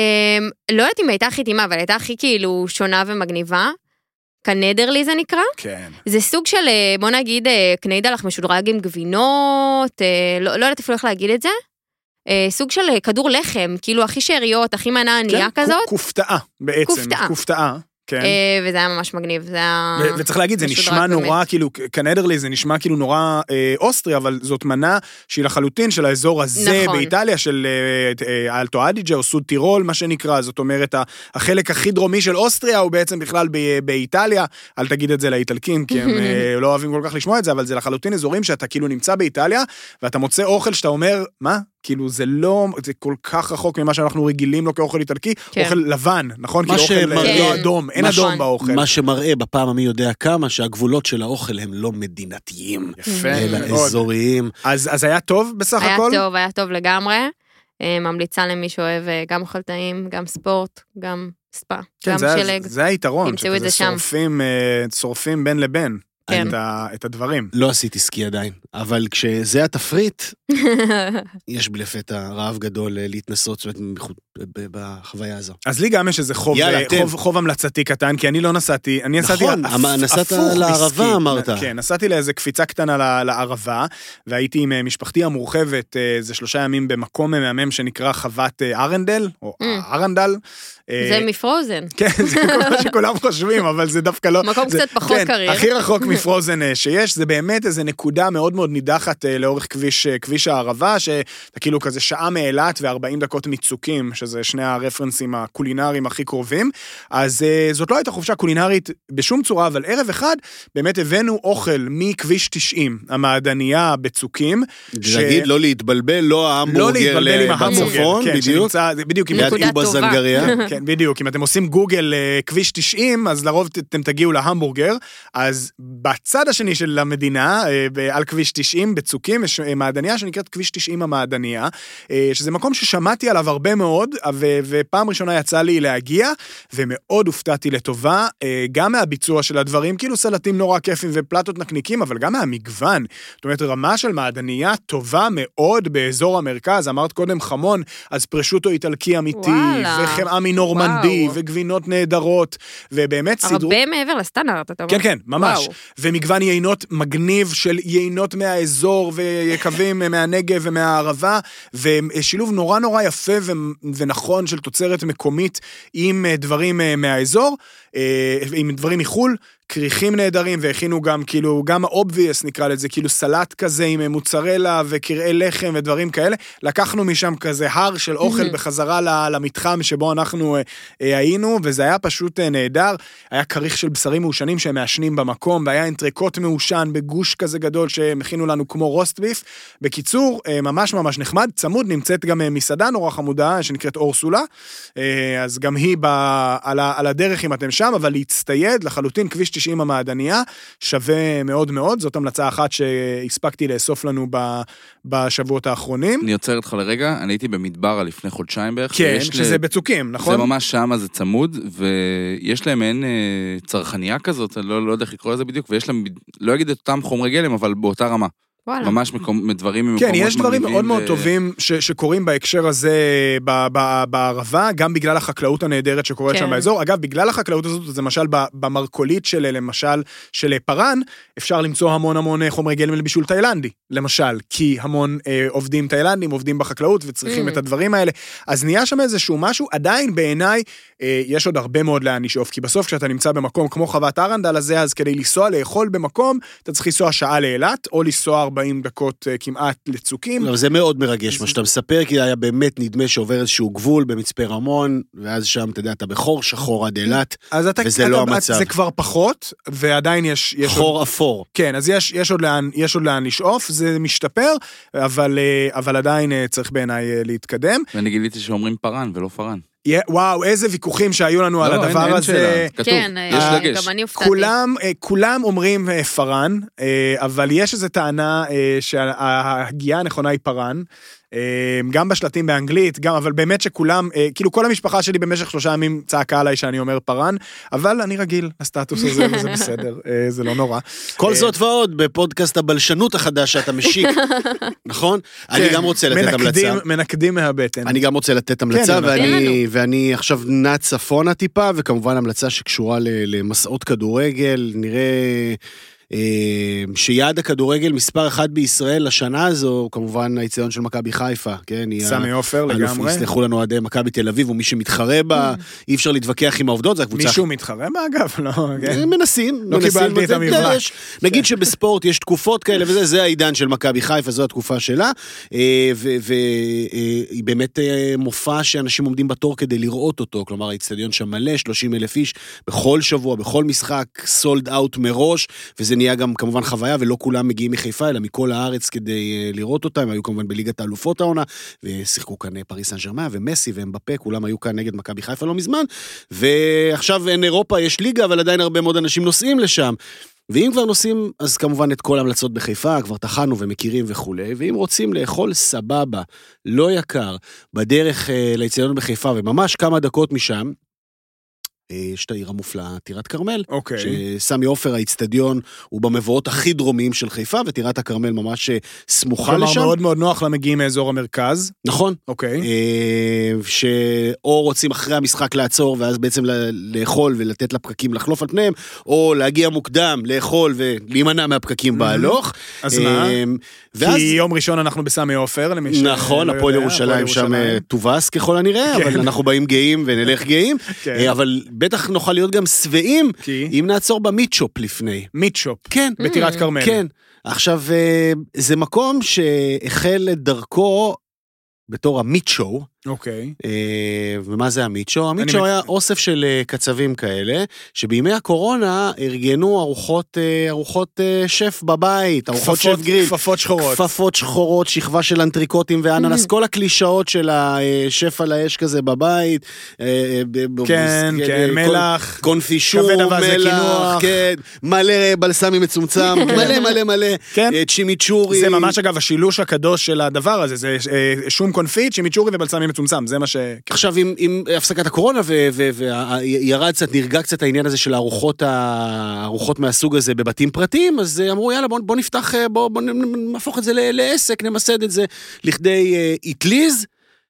לא יודעת אם הייתה הכי טעימה, אבל הייתה הכי כאילו שונה ומגניבה. קנדרלי זה נקרא.
כן.
זה סוג של, בוא נגיד, קניידלח משודרג עם גבינות, לא, לא יודעת אפילו איך להגיד את זה. סוג של כדור לחם, כאילו הכי שאריות, הכי מנה ענייה
כן,
כזאת.
כופתאה בעצם.
כופתאה.
כופתאה. כן.
וזה היה ממש מגניב, זה היה...
וצריך להגיד, זה נשמע נורא, כאילו, קנדרלי זה נשמע כאילו נורא אוסטרי, אבל זאת מנה שהיא לחלוטין של האזור הזה באיטליה, של אלטו אדיג'ה או סוד טירול, מה שנקרא, זאת אומרת, החלק הכי דרומי של אוסטריה הוא בעצם בכלל באיטליה, אל תגיד את זה לאיטלקים, כי הם לא אוהבים כל כך לשמוע את זה, אבל זה לחלוטין אזורים שאתה כאילו נמצא באיטליה, ואתה מוצא אוכל שאתה אומר, מה? כאילו זה לא, זה כל כך רחוק ממה שאנחנו רגילים לו כאוכל איטלקי, אוכל לבן, נכון? כאילו אוכל לא אדום, אין אדום באוכל.
מה שמראה בפעם המי יודע כמה, שהגבולות של האוכל הם לא מדינתיים, אלא אזוריים.
אז היה טוב בסך הכל?
היה טוב, היה טוב לגמרי. ממליצה למי שאוהב גם אוכל טעים, גם ספורט, גם ספה, גם שלג.
זה היתרון, שכזה שורפים בין לבין.
כן.
את, ה, את הדברים.
לא עשיתי סקי עדיין, אבל כשזה התפריט, יש בלפתע רעב גדול להתנסות בחוויה הזו.
אז לי גם יש איזה חוב,
יאללה,
חוב, חוב המלצתי קטן, כי אני לא נסעתי, אני נסעתי
נכון,
הפ,
נסעת לערבה אמרת.
כן, נסעתי לאיזה קפיצה קטנה לערבה, והייתי עם משפחתי המורחבת, איזה שלושה ימים במקום מהמם שנקרא חוות ארנדל, או ארנדל.
זה מפרוזן.
כן, זה כל מה שכולם חושבים, אבל זה דווקא לא...
מקום קצת פחות קריר.
הכי רחוק מפרוזן שיש, זה באמת איזו נקודה מאוד מאוד נידחת לאורך כביש, כביש הערבה, שאתה כאילו כזה שעה מאילת ו-ארבעים דקות מצוקים, שזה שני הרפרנסים הקולינריים הכי קרובים, אז זאת לא הייתה חופשה קולינרית בשום צורה, אבל ערב אחד באמת הבאנו אוכל מכביש תשעים, המעדניה בצוקים.
להגיד, לא להתבלבל, לא ההמבורגר בצפון,
בדיוק.
נקודה טובה.
כן, בדיוק. אם אתם עושים גוגל כביש תשעים, אז לרוב אתם תגיעו להמבורגר, אז בצד השני של המדינה, על כביש תשעים, בצוקים, יש מעדניה שנקראת כביש תשעים המעדניה, שזה מקום ששמעתי עליו הרבה מאוד, ופעם ראשונה יצא לי להגיע, ומאוד הופתעתי לטובה, גם מהביצוע של הדברים, כאילו סלטים נורא כיפים ופלטות נקניקים, אבל גם מהמגוון. זאת אומרת, רמה של מעדניה טובה מאוד באזור המרכז, אמרת קודם חמון, אז פרשוטו איטלקי אמיתי, וחמאה מנורמנדי, וגבינות נהדרות, ובאמת סדרו...
הרבה מעבר לסטנדרט, אתה אומר.
כן, כן, ממש. ומגוון יינות מגניב של יינות מהאזור, ויקבים מהנגב ומהערבה, ושילוב נורא נורא יפה ונכון של תוצרת מקומית, עם דברים מהאזור, עם דברים מחול, קריחים נהדרים, והכינו גם, כאילו, גם ה-obvious נקרא לזה, כאילו סלט כזה עם מוצרלה וקרעי לחם ודברים כאלה, לקחנו משם כזה הר של אוכל בחזרה למתחם שבו אנחנו היינו, וזה היה פשוט נהדר, היה קריח של בשרים מעושנים שהם מעשנים במקום, והיה אנטריקוט מעושן בגוש כזה גדול שהם הכינו לנו כמו רוסט ביף, בקיצור, ממש ממש נחמד, צמוד, נמצאת גם מסעדה נורא חמודה שנקראת אורסולה, אז גם היא על הדרך אם אתם שם, לשם, אבל להצטייד לחלוטין כביש תשעים המעדניה, שווה מאוד מאוד, זאת המלצה אחת שהספקתי לאסוף לנו בשבועות האחרונים.
אני יוצר אותך לרגע, אני הייתי במדבר לפני חודשיים בערך.
כן, שזה בצוקים, נכון?
זה ממש שם, זה צמוד, ויש להם אין צרכניה כזאת, אני לא יודע איך לקרוא לזה בדיוק, ויש להם, לא אגיד את אותם חומרי גלם, אבל באותה רמה.
וואלה.
ממש מקום, דברים ממקומות
מגניבים. כן, יש דברים מאוד
ו...
מאוד טובים ש, שקורים בהקשר הזה ב, ב, בערבה, גם בגלל החקלאות הנהדרת שקורית
כן.
שם באזור. אגב, בגלל החקלאות הזאת, אז למשל במרקולית של, למשל, של פרן, אפשר למצוא המון המון חומרי גלם לבישול תאילנדי, למשל, כי המון אה, עובדים תאילנדים עובדים בחקלאות וצריכים mm. את הדברים האלה. אז נהיה שם איזשהו משהו, עדיין בעיניי אה, יש עוד הרבה מאוד לאן לשאוף, כי בסוף כשאתה נמצא במקום כמו חוות ארנדל הזה, אז כדי לנסוע לאכול במקום, אתה צריך לנסוע שעה לאילת, או לנסוע ארבעים דקות כמעט לצוקים.
לא, זה מאוד מרגש מה שאתה מספר, כי היה באמת נדמה שעובר איזשהו גבול במצפה רמון, ואז שם, אתה יודע, אתה בחור שחור עד אילת, וזה לא המצב.
זה כבר פחות, ועדיין יש...
חור אפור.
כן, אז יש, יש עוד לאן, יש עוד לאן לשאוף, זה משתפר, אבל, אבל עדיין צריך בעיניי להתקדם.
ואני גיליתי שאומרים פרן ולא פרן.
וואו, איזה ויכוחים שהיו לנו על הדבר הזה.
כן, גם אני הופתעתי.
כולם אומרים פרן, אבל יש איזו טענה שההגיעה הנכונה היא פרן, גם בשלטים באנגלית, גם, אבל באמת שכולם, כאילו כל המשפחה שלי במשך שלושה ימים צעקה עליי שאני אומר פרן, אבל אני רגיל לסטטוס הזה, וזה בסדר, זה לא נורא.
כל זאת ועוד בפודקאסט הבלשנות החדש שאתה משיק, נכון? אני גם רוצה לתת המלצה.
מנקדים מהבטן.
אני גם רוצה לתת המלצה, ואני עכשיו נע צפונה טיפה, וכמובן המלצה שקשורה למסעות כדורגל, נראה... שיעד הכדורגל מספר אחד בישראל לשנה הזו, כמובן היציון של מכבי חיפה, כן?
סמי עופר לגמרי.
יסלחו לנו עדי מכבי תל אביב, ומי שמתחרה בה, אי אפשר להתווכח עם העובדות, זה הקבוצה...
מישהו מתחרה בה אגב? לא, כן?
מנסים.
לא קיבלתי את המבלע.
נגיד שבספורט יש תקופות כאלה, וזה זה העידן של מכבי חיפה, זו התקופה שלה, והיא באמת מופע שאנשים עומדים בתור כדי לראות אותו, כלומר, האצטדיון שם מלא, שלושים אלף איש, בכל שבוע, בכל משחק, סולד אאוט מראש, וזה נהיה גם כמובן חוויה, ולא כולם מגיעים מחיפה, אלא מכל הארץ כדי לראות אותם, היו כמובן בליגת האלופות העונה, ושיחקו כאן פריס סן ז'רמן, ומסי ואמבפה, כולם היו כאן נגד מכבי חיפה לא מזמן, ועכשיו אין אירופה, יש ליגה, אבל עדיין הרבה מאוד אנשים נוסעים לשם, ואם כבר נוסעים, אז כמובן את כל המלצות בחיפה, כבר תחנו ומכירים וכו', ואם רוצים לאכול סבבה, לא יקר, בדרך לאצטדיון בחיפה, וממש כמה דקות משם, יש את העיר המופלאה, טירת כרמל,
okay.
שסמי עופר האצטדיון הוא במבואות הכי דרומיים של חיפה, וטירת הכרמל ממש סמוכה לשם.
כלומר מאוד מאוד נוח למגיעים מאזור המרכז.
נכון.
אוקיי. Okay.
שאו רוצים אחרי המשחק לעצור, ואז בעצם לאכול ולתת לפקקים לחלוף על פניהם, או להגיע מוקדם, לאכול ולהימנע מהפקקים בהלוך.
אז מה? כי יום ראשון אנחנו בסמי עופר, למי ש...
נכון, הפועל ירושלים שם תובס ככל הנראה, אבל אנחנו באים גאים ונלך גאים, אבל בטח נוכל להיות גם שבעים, אם נעצור במיטשופ לפני.
מיטשופ?
כן.
בטירת כרמל.
כן. עכשיו, זה מקום שהחל את דרכו בתור המיטשו.
אוקיי.
ומה זה המיטשו? המיטשו היה אוסף של קצבים כאלה, שבימי הקורונה ארגנו ארוחות, ארוחות שף בבית, ארוחות שף גריל.
כפפות שחורות.
כפפות שחורות, שכבה של אנטריקוטים ואננס, כל הקלישאות של השף על האש כזה בבית.
כן, כן, מלח.
קונפישור, מלח, כן, מלא בלסמי מצומצם, מלא מלא מלא, צ'ימיצ'ורי.
זה ממש אגב השילוש הקדוש של הדבר הזה, זה שום קונפיט, צ'ימיצ'ורי ובלסמי מצומצם, זה מה ש...
עכשיו, עם, עם הפסקת הקורונה, וירד קצת, נרגע קצת העניין הזה של הארוחות, הארוחות מהסוג הזה בבתים פרטיים, אז אמרו, יאללה, בוא, בוא נפתח, בוא, בוא נהפוך את זה לעסק, נמסד את זה לכדי איטליז,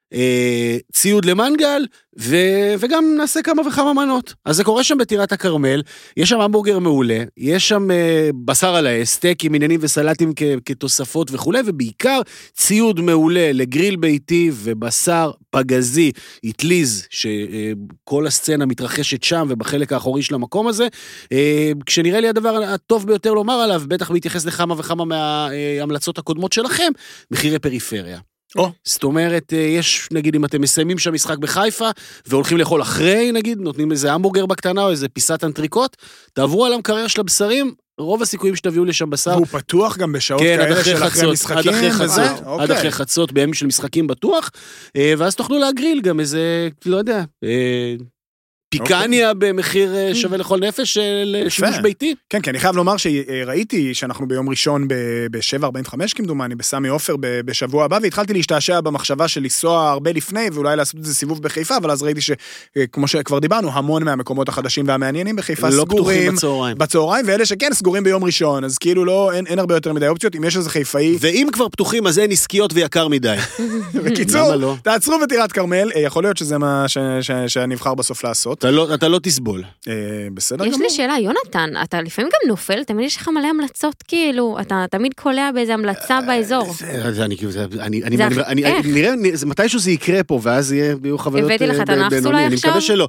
ציוד למנגל, ו... וגם נעשה כמה וכמה מנות. אז זה קורה שם בטירת הכרמל, יש שם המבורגר מעולה, יש שם בשר על האש, סטייקים, עניינים וסלטים כ... כתוספות וכו', ובעיקר ציוד מעולה לגריל ביתי ובשר פגזי, איטליז, שכל הסצנה מתרחשת שם ובחלק האחורי של המקום הזה, כשנראה לי הדבר הטוב ביותר לומר עליו, בטח להתייחס לכמה וכמה מההמלצות הקודמות שלכם, מחירי פריפריה.
או.
זאת אומרת, יש, נגיד, אם אתם מסיימים שם משחק בחיפה, והולכים לאכול אחרי, נגיד, נותנים איזה המבורגר בקטנה, או איזה פיסת אנטריקוט, תעברו על המקרר של הבשרים, רוב הסיכויים שתביאו לשם בשר.
והוא פתוח גם בשעות
כן,
כאלה של אחרי משחקים?
עד אחרי חצות,
אוקיי.
עד אחרי חצות, בימים של משחקים בטוח, ואז תוכלו להגריל גם איזה, לא יודע, פיקניה במחיר שווה לכל נפש לשימוש ביתי.
כן, כי אני חייב לומר שראיתי שאנחנו ביום ראשון ב-שבע ארבעים וחמש כמדומני, בסמי עופר בשבוע הבא, והתחלתי להשתעשע במחשבה של לנסוע הרבה לפני, ואולי לעשות את זה סיבוב בחיפה, אבל אז ראיתי שכמו שכבר דיברנו, המון מהמקומות החדשים והמעניינים בחיפה סגורים בצהריים, ואלה שכן סגורים ביום ראשון, אז כאילו לא, אין, אין הרבה יותר מדי אופציות, אם יש איזה חיפאי.
ואם כבר פתוחים, אז אין עסקיות ויקר מדי.
בקיצור, לא? תעצרו בטירת כרמל, יכול להיות שזה מה ש, ש, שנבחר בסוף לעשות.
אתה לא, אתה לא תסבול.
אה, בסדר
יש
גמור.
לי שאלה, יונתן, אתה לפעמים גם נופל, תמיד יש לך מלא המלצות, כאילו, אתה תמיד קולע באיזה המלצה באזור.
אני, אני, אני, אני, אני, נראה, מתישהו זה יקרה פה, ואז יהיו חוויות
הבאתי לך את הנאחס אולי עכשיו?
אני מקווה שלא.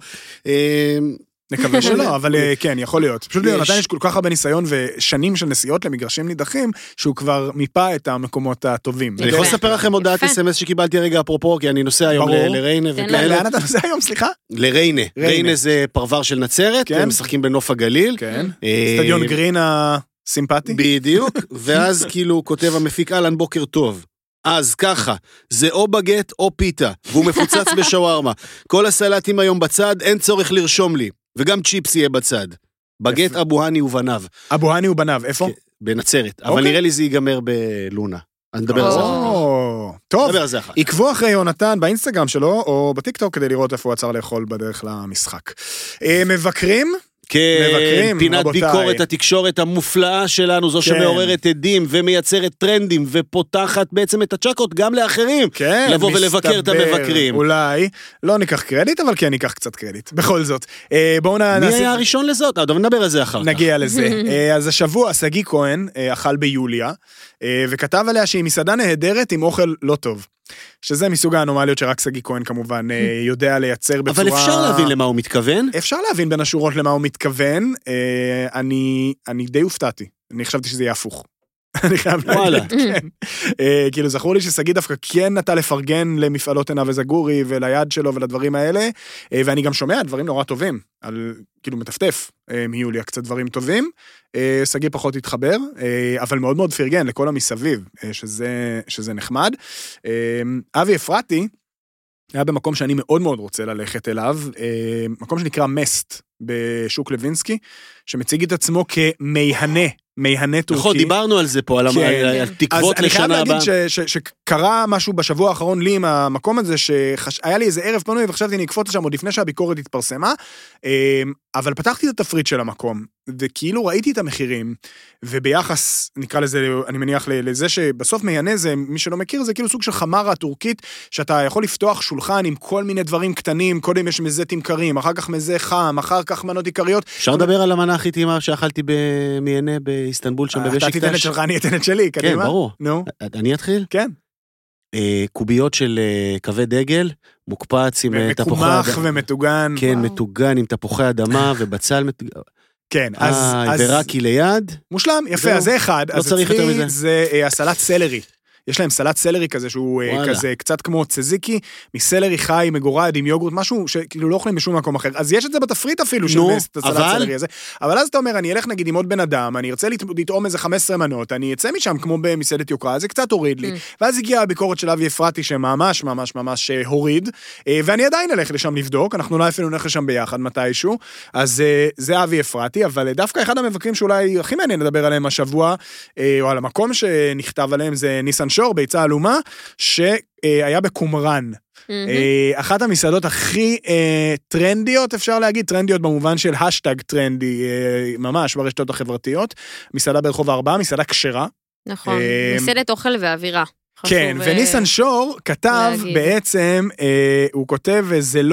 נקווה שלא, אבל כן, יכול להיות. פשוט ליונתן יש כל כך הרבה ניסיון ושנים של נסיעות למגרשים נידחים, שהוא כבר מיפה את המקומות הטובים.
אני יכול לספר לכם הודעת אס אם אס שקיבלתי רגע אפרופו, כי אני נוסע היום לריינה.
לאן אתה נוסע היום, סליחה?
לריינה. ריינה זה פרבר של נצרת, הם משחקים בנוף הגליל.
סטדיון גרין הסימפטי.
בדיוק, ואז כאילו כותב המפיק אלן בוקר טוב. אז ככה, זה או בגט או פיתה, והוא מפוצץ בשווארמה. כל הסלטים היום בצד, אין צורך לרשום לי. וגם צ'יפס יהיה בצד. בגט אבו הני ובניו.
אבו הני ובניו, איפה?
בנצרת. אבל נראה לי זה ייגמר בלונה. אני נדבר על זה אחר.
טוב, עקבו אחרי יונתן באינסטגרם שלו, או בטיקטוק, כדי לראות איפה הוא עצר לאכול בדרך למשחק. מבקרים?
כן, פינת ביקורת התקשורת המופלאה שלנו, זו שמעוררת עדים ומייצרת טרנדים ופותחת בעצם את הצ'קות גם לאחרים, לבוא ולבקר את המבקרים.
אולי, לא ניקח קרדיט, אבל כן ניקח קצת קרדיט, בכל זאת. בואו נעשה...
מי היה הראשון לזאת? אבל נדבר על זה אחר כך.
נגיע לזה. אז השבוע סגי כהן אכל ביוליה, וכתב עליה שהיא מסעדה נהדרת עם אוכל לא טוב. שזה מסוג האנומליות שרק סגי כהן כמובן יודע לייצר בצורה...
אבל אפשר להבין למה הוא מתכוון?
אפשר להבין בין השורות למה הוא מתכוון. אני, אני די הופתעתי. אני חשבתי שזה יהיה הפוך. אני חייב להגיד, כן. כאילו זכור לי שסגי דווקא כן נטה לפרגן למפעלות עינה וזגורי וליד שלו ולדברים האלה, ואני גם שומע דברים נורא טובים, על כאילו מטפטף מיוליה קצת דברים טובים, סגי פחות התחבר, אבל מאוד מאוד פרגן לכל המסביב, שזה, שזה נחמד. אבי אפרתי, היה במקום שאני מאוד מאוד רוצה ללכת אליו, מקום שנקרא מסט בשוק לוינסקי, שמציג את עצמו כמייהנה, מייהנה טורקי.
נכון, דיברנו על זה פה, על התקוות לשנה הבאה.
אז אני חייב להגיד שקרה משהו בשבוע האחרון לי עם המקום הזה, שהיה לי איזה ערב פנוי, וחשבתי נקפוץ לשם עוד לפני שהביקורת התפרסמה, אבל פתחתי את התפריט של המקום, וכאילו ראיתי את המחירים, וביחס, נקרא לזה, אני מניח לזה שבסוף מייהנה זה, מי שלא מכיר, זה כאילו סוג של חמרה הטורקית, שאתה יכול לפתוח שולחן עם כל מיני דברים קטנים, קודם יש מזה תמכרים, אחר כך מזה חם, אחר כך מנות עיקריות.
אפשר לדבר על המנה הכי טעימה שאכלתי במייהנה באיסטנבול שם בבשיקטש?
אתה תיתן את שלך, אני אתן את שלי, קדימה.
כן, ברור.
נו.
אני אתחיל?
כן.
קוביות של קווי דגל, מוקפץ עם תפוחי אדמה.
מקומח ומטוגן.
כן, מטוגן עם תפוחי אדמה ובצל מטוגן.
כן, אז...
ורקי ליד.
מושלם, יפה, אז זה אחד.
לא צריך יותר מזה.
זה הסלט סלרי. יש להם סלט סלרי כזה, שהוא כזה קצת כמו צזיקי, מסלרי חי, מגורד, עם יוגורט, משהו שכאילו לא אוכלים בשום מקום אחר. אז יש את זה בתפריט אפילו, של הסלט סלרי הזה. אבל אז אתה אומר, אני אלך נגיד עם עוד בן אדם, אני ארצה לטעום איזה חמש עשרה מנות, אני אצא משם כמו במסעדת יוקרה, זה קצת הוריד לי. ואז הגיעה הביקורת של אבי אפרתי, שממש ממש ממש הוריד, ואני עדיין אלך לשם לבדוק, אנחנו לא אפילו נלך לשם ביחד מתישהו. אז זה אבי אפרתי, אבל דווקא אחד המבקרים שאולי הכי מעניין לדבר עליהם השבוע, או על המקום שנכתב עליהם, זה ניסן שור, ביצה אלומה, שהיה בקומרן. אחת המסעדות הכי טרנדיות, אפשר להגיד, טרנדיות במובן של השטג טרנדי, ממש ברשתות החברתיות, מסעדה ברחוב הארבעה, מסעדה כשרה.
נכון, מסעדת אוכל ואווירה.
כן, וניסן שור כתב בעצם, הוא כותב,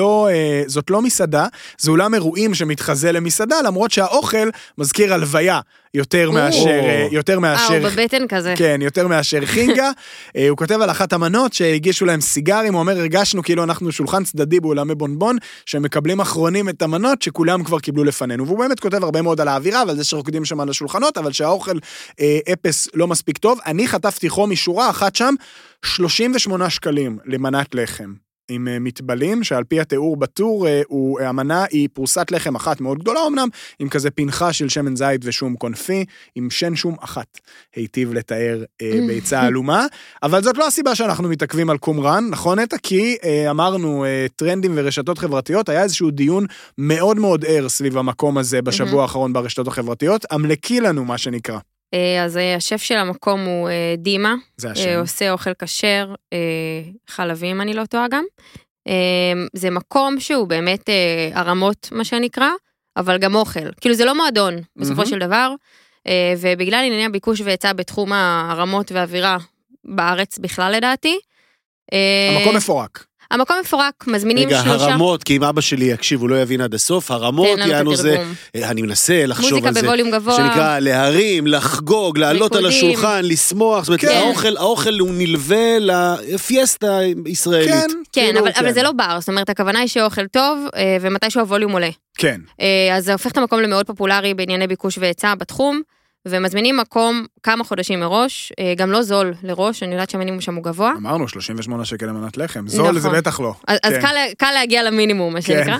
זאת לא מסעדה, זה אולם אירועים שמתחזה למסעדה, למרות שהאוכל מזכיר הלוויה, יותר מאשר, יותר מאשר,
אה, הוא בבטן כזה.
כן, יותר מאשר חינגה. הוא כותב על אחת המנות שהגישו להם סיגרים, הוא אומר, הרגשנו כאילו אנחנו שולחן צדדי באולמי בונבון, שמקבלים אחרונים את המנות שכולם כבר קיבלו לפנינו. והוא באמת כותב הרבה מאוד על האווירה, ועל זה שרוקדים שם על השולחנות, אבל שהאוכל אה, אפס לא מספיק טוב. אני חטפתי חום משורה אחת שם, שלושים ושמונה שקלים למנת לחם. עם מטבלים, שעל פי התיאור בטור, הוא, המנה היא פרוסת לחם אחת מאוד גדולה אמנם, עם כזה פנחה של שמן זית ושום קונפי, עם שן שום אחת, היטיב לתאר ביצה אלומה, אבל זאת לא הסיבה שאנחנו מתעכבים על קומראן, נכון נטע? כי אמרנו טרנדים ורשתות חברתיות, היה איזשהו דיון מאוד מאוד ער סביב המקום הזה בשבוע האחרון ברשתות החברתיות, אמלקי לנו מה שנקרא.
אז השף של המקום הוא דימה,
זה השם.
עושה אוכל כשר, חלבים אני לא טועה גם. זה מקום שהוא באמת הרמות מה שנקרא, אבל גם אוכל. כאילו זה לא מועדון בסופו של דבר, ובגלל ענייני הביקוש והיצע בתחום הרמות והאווירה בארץ בכלל לדעתי.
המקום מפורק.
המקום מפורק, מזמינים
רגע,
שלושה.
רגע, הרמות, כי אם אבא שלי יקשיב, הוא לא יבין עד הסוף, הרמות, יענו זה, אני מנסה לחשוב על זה.
מוזיקה בווליום גבוה.
שנקרא להרים, לחגוג, לעלות על השולחן, לשמוח, זאת אומרת, האוכל, האוכל הוא נלווה לפיאסטה הישראלית.
כן,
כן, אבל, אבל זה לא בר, זאת אומרת, הכוונה היא שאוכל טוב, ומתישהו הווליום עולה.
כן.
אז זה הופך את המקום למאוד פופולרי בענייני ביקוש והיצע בתחום, ומזמינים מקום כמה חודשים מראש, גם לא זול לראש, אני יודעת שהמינימום שם הוא גבוה.
אמרנו, שלושים ושמונה שקל למנת לחם, זול זה בטח לא.
אז, אז קל, קל להגיע למינימום, מה שנקרא.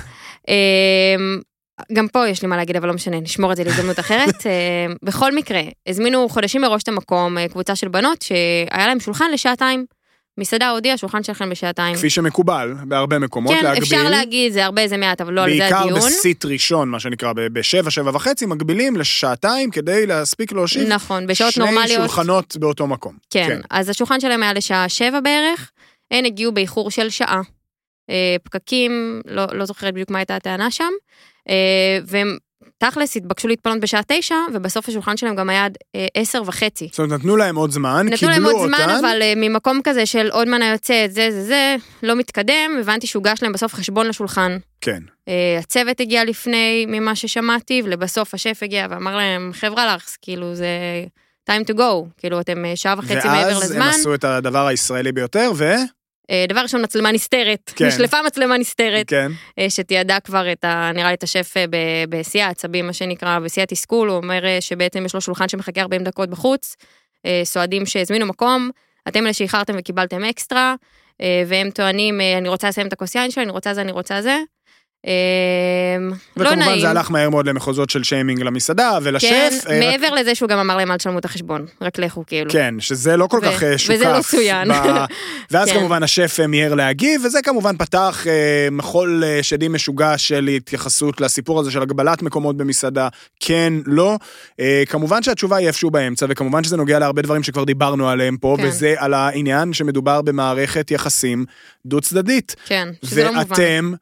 גם פה יש לי מה להגיד, אבל לא משנה, נשמור את זה להזדמנות אחרת. בכל מקרה, הזמינו חודשים מראש את המקום, קבוצה של בנות, שהיה להם שולחן לשעתיים, מסעדה הודיעה, שולחן שלכם בשעתיים.
כפי שמקובל, בהרבה מקומות
כן,
להגביל.
אפשר להגיד, זה הרבה, זה מעט, אבל לא על זה הדיון.
בעיקר בסיט ראשון, מה שנקרא, בשבע, שבע וחצי, מגבילים לשעתיים, כדי להספיק להושיב.
נכון, בשעות נורמליות.
שני שולחנות באותו מקום.
כן, כן, אז השולחן שלהם היה לשעה שבע בערך, הן הגיעו באיחור של שעה. פקקים, לא, לא זוכרת בדיוק מה הייתה הטענה שם, והם תכלס התבקשו להתפנות בשעה תשע, ובסוף השולחן שלהם גם היה עד עשר וחצי.
זאת אומרת, נתנו להם עוד זמן,
נתנו להם עוד זמן, אבל ממקום כזה של עוד מנה יוצא, זה, זה, זה, לא מתקדם, הבנתי שהוגש להם בסוף חשבון לשולחן.
כן.
הצוות הגיע לפני ממה ששמעתי, ולבסוף השף הגיע ואמר להם, חבר'ה לחס, כאילו זה time to go, כאילו אתם שעה וחצי מעבר לזמן.
ואז הם עשו את הדבר הישראלי ביותר, ו...
דבר ראשון, מצלמה נסתרת,
כן.
נשלפה מצלמה נסתרת,
כן.
שתיעדה כבר את ה, נראה לי את השף בשיא העצבים, מה שנקרא, בשיא התסכול, הוא אומר שבעצם יש לו שולחן שמחכה ארבעים דקות בחוץ, סועדים שהזמינו מקום, אתם אלה שאיחרתם וקיבלתם אקסטרה, והם טוענים, אני רוצה לסיים את הכוס יין שלי, אני רוצה זה, אני רוצה זה,
וכמובן לא נעים. זה הלך מהר מאוד למחוזות של שיימינג למסעדה ולשף.
כן, מעבר רק... לזה שהוא גם אמר להם אל תשלמו את החשבון, רק לכו כאילו.
כן, שזה לא כל ו... כך שוקף.
וזה לא צוין. ב...
ואז
כן.
כמובן השף מיהר להגיב, וזה כמובן פתח אה, מחול אה, שדים משוגע של התייחסות לסיפור הזה של הגבלת מקומות במסעדה, כן, לא. אה, כמובן שהתשובה היא איפשהו באמצע, וכמובן שזה נוגע להרבה דברים שכבר דיברנו עליהם פה, כן. וזה על העניין שמדובר במערכת יחסים דו צדדית.
כן, שזה לא מובן.
ואתם...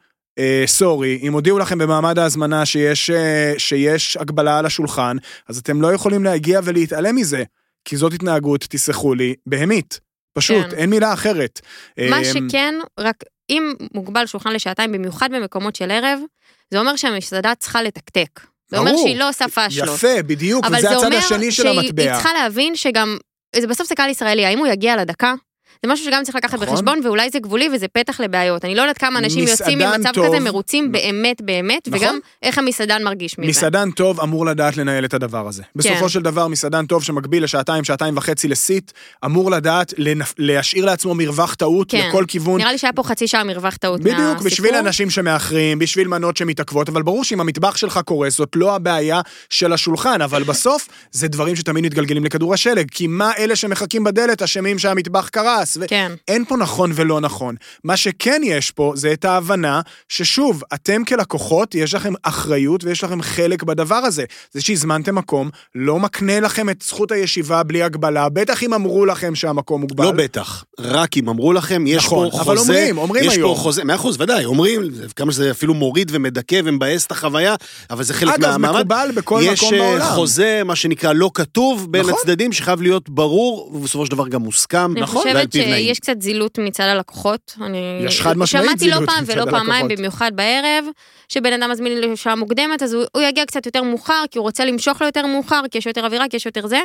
סורי, אם הודיעו לכם במעמד ההזמנה שיש, שיש הגבלה על השולחן, אז אתם לא יכולים להגיע ולהתעלם מזה, כי זאת התנהגות, תסלחו לי, בהמית. פשוט, כן. אין מילה אחרת.
מה שכן, רק אם מוגבל שולחן לשעתיים, במיוחד במקומות של ערב, זה אומר שהמסעדה צריכה לתקתק. זה אומר שהיא לא עושה פשלות.
יפה, בדיוק, וזה הצד השני של המטבע. אבל זה אומר שהיא צריכה
להבין שגם, זה בסוף זה קהל ישראלי, האם הוא יגיע לדקה? זה משהו שגם צריך לקחת נכון. בחשבון, ואולי זה גבולי וזה פתח לבעיות. אני לא יודעת כמה אנשים יוצאים ממצב טוב. כזה מרוצים באמת באמת, נכון. וגם איך המסעדן מרגיש מזה.
מסעדן טוב אמור לדעת לנהל את הדבר הזה. כן. בסופו של דבר, מסעדן טוב שמקביל לשעתיים, שעתיים וחצי לסיט, אמור לדעת לנפ... להשאיר לעצמו מרווח טעות כן. לכל כיוון.
נראה לי שהיה פה חצי שעה מרווח טעות
בדיוק,
מהסיפור.
בשביל אנשים שמאחרים, בשביל מנות שמתעכבות, אבל ברור שאם המטבח שלך קורס, זאת לא הבעיה של השולחן, אבל בסוף זה דברים שתמיד מתגלגלים לכדור השלג, כי מה אלה שמחכים בדלת אשמים שהמטבח קרס, ו...
כן.
אין פה נכון ולא נכון. מה שכן יש פה, זה את ההבנה ששוב, אתם כלקוחות, יש לכם אחריות ויש לכם חלק בדבר הזה. זה שהזמנתם מקום, לא מקנה לכם את זכות הישיבה בלי הגבלה, בטח אם אמרו לכם שהמקום מוגבל.
לא בטח, רק אם אמרו לכם, יש
נכון,
פה חוזה.
אבל אומרים, אומרים
יש
היום.
פה חוזה, מאה אחוז, ודאי, אומרים, כמה שזה אפילו מוריד ומדכא ומבאס את החוויה, אבל זה חלק מהמעמד.
אגב, מקובל בכל מקום בעולם.
יש חוזה, מה שנקרא, לא כתוב בין נכון. הצדדים, שחייב להיות ברור, ובסופו של דבר גם מוסכם.
אני חושבת שיש קצת זילות מצד הלקוחות. אני
יש חד משמעית
שמעתי לא פעם ולא פעמיים, במיוחד בערב, שבן אדם מזמין לי לשעה מוקדמת, אז הוא, הוא יגיע קצת יותר מאוחר, כי הוא רוצה למשוך לו יותר מאוחר, כי יש יותר אווירה, כי יש יותר זה.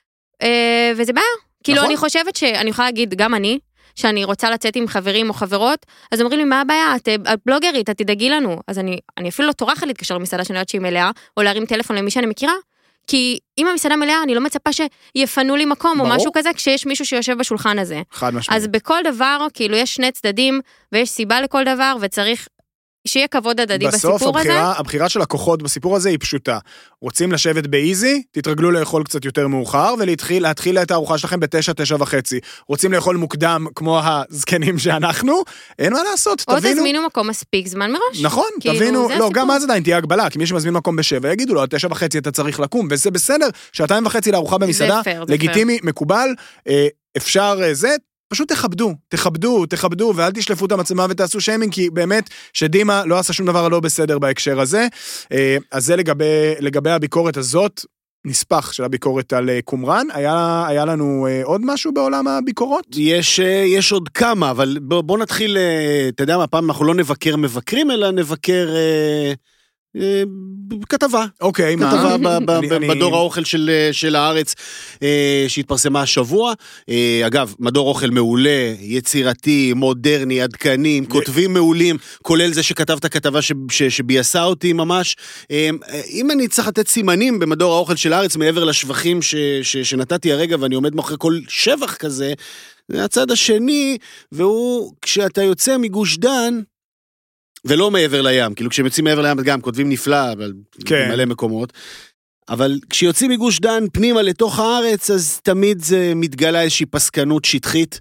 וזה בעיה. כאילו נכון. אני חושבת שאני יכולה להגיד, גם אני, שאני רוצה לצאת עם חברים או חברות, אז אומרים לי, מה הבעיה? את, את בלוגרית, את תדאגי לנו. אז אני, אני אפילו לא טורחת להתקשר למסעדה שאני יודעת שהיא מלאה, או להרים טלפון למי שאני מכירה, כי אם המסעדה מלאה, אני לא מצפה שיפנו לי מקום, או
ברור.
משהו כזה, כשיש מישהו שיושב בשולחן הזה.
חד משמעית.
אז בכל דבר, כאילו, יש שני צדדים, ויש סיבה לכל דבר, וצריך שיהיה כבוד הדדי בסיפור
בסוף,
הזה.
הבחירה, הבחירה של הכוחות בסיפור הזה היא פשוטה. רוצים לשבת באיזי, תתרגלו לאכול קצת יותר מאוחר, ולהתחיל להתחיל את הארוחה שלכם בתשע, תשע וחצי. רוצים לאכול מוקדם, כמו הזקנים שאנחנו, אין מה לעשות,
או
תבינו.
תזמינו מקום מספיק זמן מראש.
נכון,
כאילו,
תבינו,
זה
לא,
הסיפור.
גם אז עדיין תהיה הגבלה, כי מי שמזמין מקום בשבע, יגידו לו, תשע וחצי אתה צריך לקום, וזה בסדר, שעתיים וחצי לארוחה במסעדה,
פייר, זה
לגיטימי, מקובל, אה, אפשר אה, זה, פשוט תכבדו, תכבדו, תכבדו, ואל תשלפו את המצלמה ותעשו שיימינג, כי באמת שדימה לא עשה שום דבר לא בסדר בהקשר הזה. אה, אז זה לגבי, לגבי הביקורת הזאת, נספח של הביקורת על אה, קומראן, היה, היה לנו אה, עוד משהו בעולם הביקורות?
יש, אה, יש עוד כמה, אבל בוא, בוא נתחיל, אה, אתה יודע מה, פעם אנחנו לא נבקר מבקרים, אלא נבקר אה, אה, כתבה.
אוקיי, מה?
כתבה ב- ב-
אני-
ב-
אני-
מדור האוכל של, של הארץ, אה, שהתפרסמה השבוע. אה, אגב, מדור אוכל מעולה, יצירתי, מודרני, עדכני, עם כותבים מעולים, כולל זה שכתב את הכתבה ש- ש- שבייסה אותי ממש. אה, אם אני צריך לתת סימנים במדור האוכל של הארץ, מעבר לשבחים ש- ש- שנתתי הרגע, ואני עומד מאחורי כל שבח כזה, זה הצד השני, והוא, כשאתה יוצא מגוש דן, ולא מעבר לים, כאילו כשהם יוצאים מעבר לים גם כותבים נפלא, אבל
כן.
מלא מקומות, אבל כשיוצאים מגוש דן פנימה לתוך הארץ, אז תמיד זה מתגלה איזושהי פסקנות שטחית,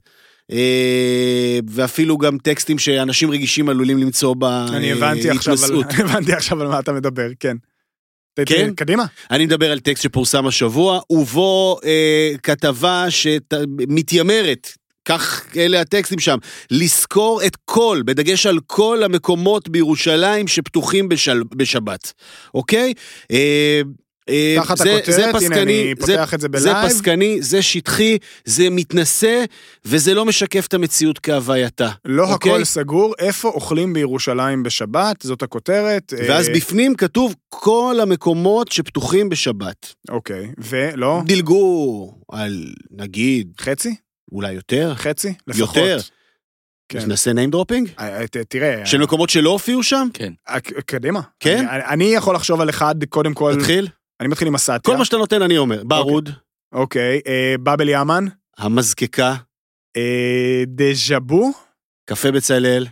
אה, ואפילו גם טקסטים שאנשים רגישים עלולים למצוא
אני הבנתי עכשיו, על,
בהתנסות.
הבנתי עכשיו על מה אתה מדבר, כן.
כן?
קדימה.
אני מדבר על טקסט שפורסם השבוע, ובו אה, כתבה שמתיימרת, כך אלה הטקסטים שם, לזכור את כל, בדגש על כל המקומות בירושלים שפתוחים בשל, בשבת, אוקיי? אה, אה,
תחת
זה,
הכותרת,
זה
הנה
פסקני,
אני פותח
זה,
את זה
זה
בלייב.
פסקני, זה שטחי, זה מתנשא, וזה לא משקף את המציאות כהווייתה.
לא
אוקיי?
הכל סגור, איפה אוכלים בירושלים בשבת, זאת הכותרת.
ואז
אה,
בפנים כתוב כל המקומות שפתוחים בשבת.
אוקיי, ולא,
דילגו על, נגיד,
חצי?
אולי יותר,
חצי? לפחות.
יותר.
כן.
נעשה name dropping?
אה, ת- תראה,
של מקומות שלא הופיעו שם?
כן.
אה, קדימה.
כן?
אני- אני יכול לחשוב על אחד, קודם כל,
תתחיל.
אני מתחיל עם הסאטיה.
כל מה שאתה נותן אני אומר. ברוד,
אוקיי, אה, באבל יאמן,
המזקקה,
אה, דז'אבו,
קפה בצלאל,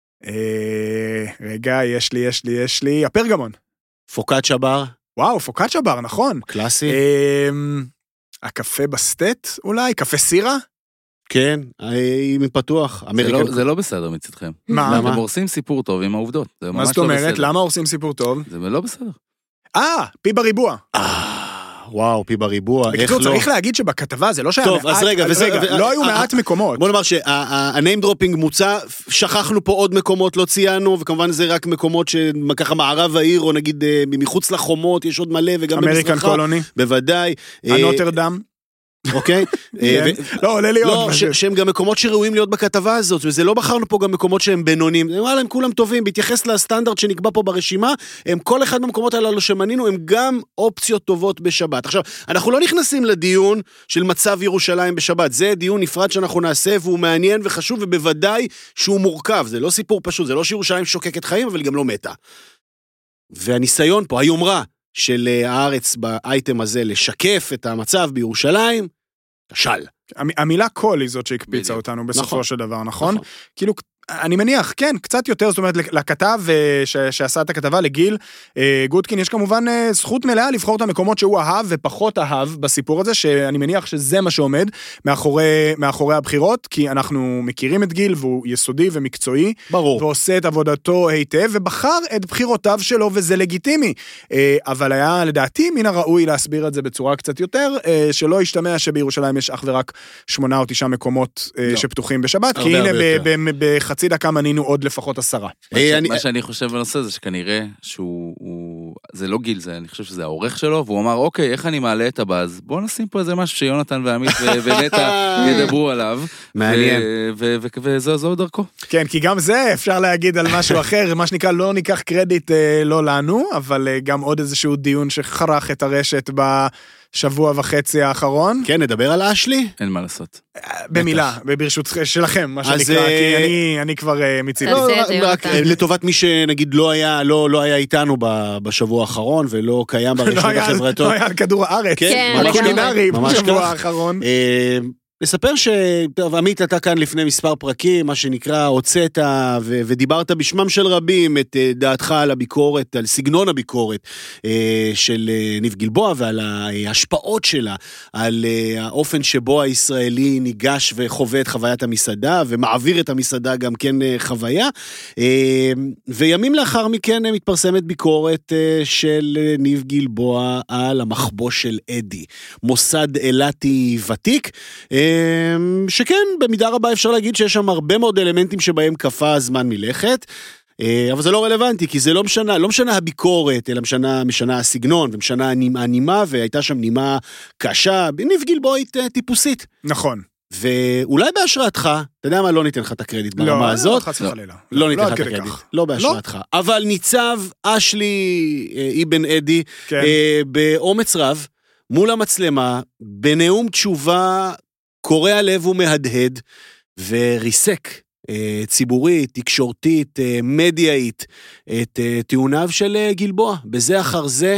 אה, רגע, יש לי, יש לי, יש לי, הפרגמון.
פוקאצ'ה בר,
וואו, פוקאצ'ה בר, נכון.
קלאסי.
אה, הקפה בסטט, אולי? קפה סירה?
כן, אם פתוח.
זה
אמריקן.
לא- זה לא בסדר מצדכם.
מה?
למה?
אתם הורסים סיפור טוב עם העובדות. זה
מה
ממש
זאת
לא
אומרת?
בסדר.
למה עושים סיפור טוב?
זה לא בסדר.
אה, פי בריבוע.
אה, וואו, פי בריבוע, איך
בקיצור,
לא.
צריך להגיד שבכתבה זה לא שהיה
טוב,
מעט,
אז רגע, וזה-
רגע,
ו-
לא היו
אה,
מעט מקומות.
בוא נאמר שה-name dropping מוצע, שכחנו פה עוד מקומות, לא ציינו, וכמובן זה רק מקומות שככה מערב העיר, או נגיד אה, מחוץ לחומות, יש עוד מלא, וגם
אמריקן
במזרחה.
קולוני,
בוודאי. אה,
הנוטרדם.
אוקיי? אה,
כן.
ו-
לא, עולה לי
לא,
עוד
ש-
משהו.
שהם גם מקומות שראויים להיות בכתבה הזאת, וזה לא בחרנו פה גם מקומות שהם בינונים, וואלה, הם כולם טובים, בהתייחס לסטנדרט שנקבע פה ברשימה, הם כל אחד מהמקומות הללו שמנינו, הם גם אופציות טובות בשבת. עכשיו, אנחנו לא נכנסים לדיון של מצב ירושלים בשבת, זה דיון נפרד שאנחנו נעשה, והוא מעניין וחשוב, ובוודאי שהוא מורכב, זה לא סיפור פשוט, זה לא שירושלים שוקקת חיים, אבל היא גם לא מתה. והניסיון פה, היומרה של אה, הארץ באייטם הזה, לשקף את המצב בירושלים, כשל.
המ- המילה קול היא זאת שהקפיצה
בדיוק.
אותנו בסופו
נכון.
של דבר, נכון?
נכון.
כאילו, אני מניח, כן, קצת יותר, זאת אומרת, לכתב אה, ש- שעשה את הכתבה, לגיל אה, גודקין, יש כמובן אה, זכות מלאה לבחור את המקומות שהוא אהב ופחות אהב בסיפור הזה, שאני מניח שזה מה שעומד מאחורי, מאחורי הבחירות, כי אנחנו מכירים את גיל, והוא יסודי ומקצועי,
ברור.
ועושה את עבודתו היטב, ובחר את בחירותיו שלו, וזה לגיטימי. אה, אבל היה, לדעתי, מן הראוי להסביר את זה בצורה קצת יותר, אה, שלא ישתמע שבירושלים יש אך ורק שמונה או תשעה מקומות אה,
לא.
שפתוחים בשבת,
הרבה
כי הנה,
הרבה
ב-
יותר.
ב- בחצי דקה מנינו עוד לפחות עשרה.
מה
אה,
ש-
אני-
מה שאני חושב בנושא זה שכנראה שהוא, הוא- זה לא גיל, זה, אני חושב שזה העורך שלו, והוא אמר, אוקיי, איך אני מעלה את הבאז? בוא נשים פה איזה משהו שיונתן ועמית ו- ונטע ידברו עליו.
מעניין.
ו- ו- ו- וזו זו דרכו.
כן, כי גם זה אפשר להגיד על משהו אחר, מה שנקרא, לא ניקח קרדיט אה, לא לנו, אבל אה, גם עוד איזשהו דיון שחרך את הרשת שבוע וחצי האחרון.
כן, נדבר על אשלי.
אין מה לעשות.
במילה, ברשות שלכם, מה שנקרא, כי אני, אני כבר מציג.
לא, רק
לטובת מי שנגיד לא היה, לא, לא היה איתנו בשבוע האחרון, ולא קיים ברשתות החברתיות.
לא היה על כדור הארץ.
כן,
קולינרי בשבוע האחרון.
נספר ש... טוב, עמית, אתה כאן לפני מספר פרקים, מה שנקרא, הוצאת ו- ודיברת בשמם של רבים את דעתך על הביקורת, על סגנון הביקורת של ניב גלבוע ועל ההשפעות שלה, על האופן שבו הישראלי ניגש וחווה את חוויית המסעדה, ומעביר את המסעדה גם כן חוויה. וימים לאחר מכן מתפרסמת ביקורת של ניב גלבוע על המחבוש של אדי, מוסד אילתי ותיק, שכן, במידה רבה אפשר להגיד שיש שם הרבה מאוד אלמנטים שבהם קפה הזמן מלכת, אבל זה לא רלוונטי, כי זה לא משנה, לא משנה הביקורת, אלא משנה, משנה הסגנון, ומשנה הנימה, והייתה שם נימה קשה, ניב גלבועית טיפוסית.
נכון.
ואולי בהשראתך, אתה יודע מה, לא ניתן לך את הקרדיט ברמה הזאת.
לא, חס וחלילה.
לא ניתן לך את הקרדיט, לא בהשראתך. אבל ניצב אשלי אבן אדי, באומץ רב, מול המצלמה, בנאום תשובה קורע לב ומהדהד, וריסק ציבורית, תקשורתית, מדיאית, את טיעוניו של גלבוע, בזה אחר זה,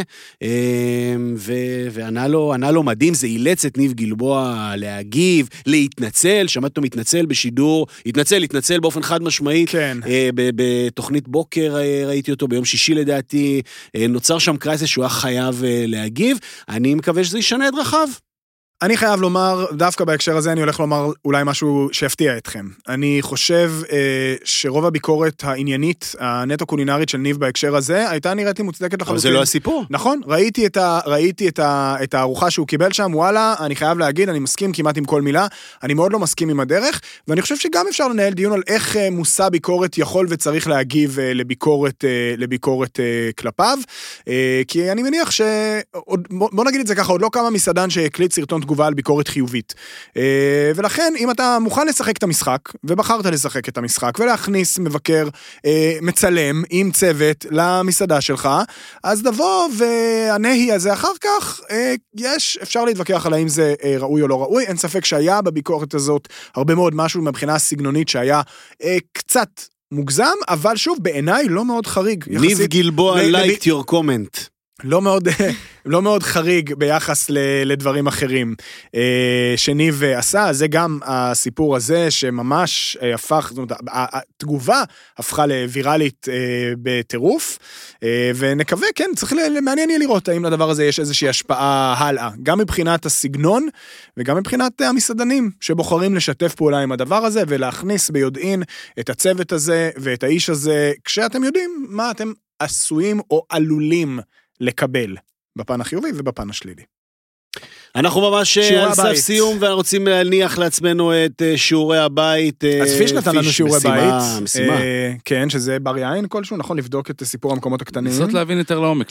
וענה לו, ענה לו מדהים, זה אילץ את ניב גלבוע להגיב, להתנצל, שמעת אותו מתנצל בשידור, התנצל, התנצל באופן חד משמעית,
כן.
בתוכנית בוקר ראיתי אותו, ביום שישי לדעתי, נוצר שם קרייסס שהוא היה חייב להגיב, אני מקווה שזה ישנה את דרכיו.
אני חייב לומר, דווקא בהקשר הזה אני הולך לומר אולי משהו שהפתיע אתכם. אני חושב אה, שרוב הביקורת העניינית, הנטו קולינרית של ניב בהקשר הזה, הייתה נראית לי מוצדקת לחלוטין.
אבל זה לא הסיפור.
נכון, ראיתי את, ה, ראיתי את, ה, את הארוחה שהוא קיבל שם, וואלה, אני חייב להגיד, אני מסכים כמעט עם כל מילה, אני מאוד לא מסכים עם הדרך, ואני חושב שגם אפשר לנהל דיון על איך אה, מושא ביקורת יכול וצריך להגיב אה, לביקורת, אה, לביקורת אה, כלפיו, אה, כי אני מניח ש... עוד, בוא נגיד את זה ככה, עוד לא כמה מסעדן שהקליט סרטון תגובה על ביקורת חיובית. ולכן, אם אתה מוכן לשחק את המשחק, ובחרת לשחק את המשחק, ולהכניס מבקר מצלם עם צוות למסעדה שלך, אז דבוא והנהי הזה אחר כך, יש, אפשר להתווכח על האם זה ראוי או לא ראוי, אין ספק שהיה בביקורת הזאת הרבה מאוד משהו מבחינה הסגנונית שהיה קצת מוגזם, אבל שוב, בעיניי לא מאוד חריג.
ניב גלבוע liked your comment.
לא מאוד, לא מאוד חריג ביחס לדברים אחרים שניב עשה, זה גם הסיפור הזה שממש הפך, זאת אומרת, התגובה הפכה לווירלית בטירוף, ונקווה, כן, צריך מעניין יהיה לראות האם לדבר הזה יש איזושהי השפעה הלאה, גם מבחינת הסגנון וגם מבחינת המסעדנים שבוחרים לשתף פעולה עם הדבר הזה ולהכניס ביודעין את הצוות הזה ואת האיש הזה, כשאתם יודעים מה אתם עשויים או עלולים לקבל, בפן החיובי ובפן השלילי.
אנחנו ממש על סף סיום, ורוצים להניח לעצמנו את שיעורי הבית.
אז פיש נתן לנו שיעורי בית.
משימה.
כן, שזה בר יין כלשהו, נכון, לבדוק את סיפור המקומות הקטנים.
ניסות להבין יותר לעומק,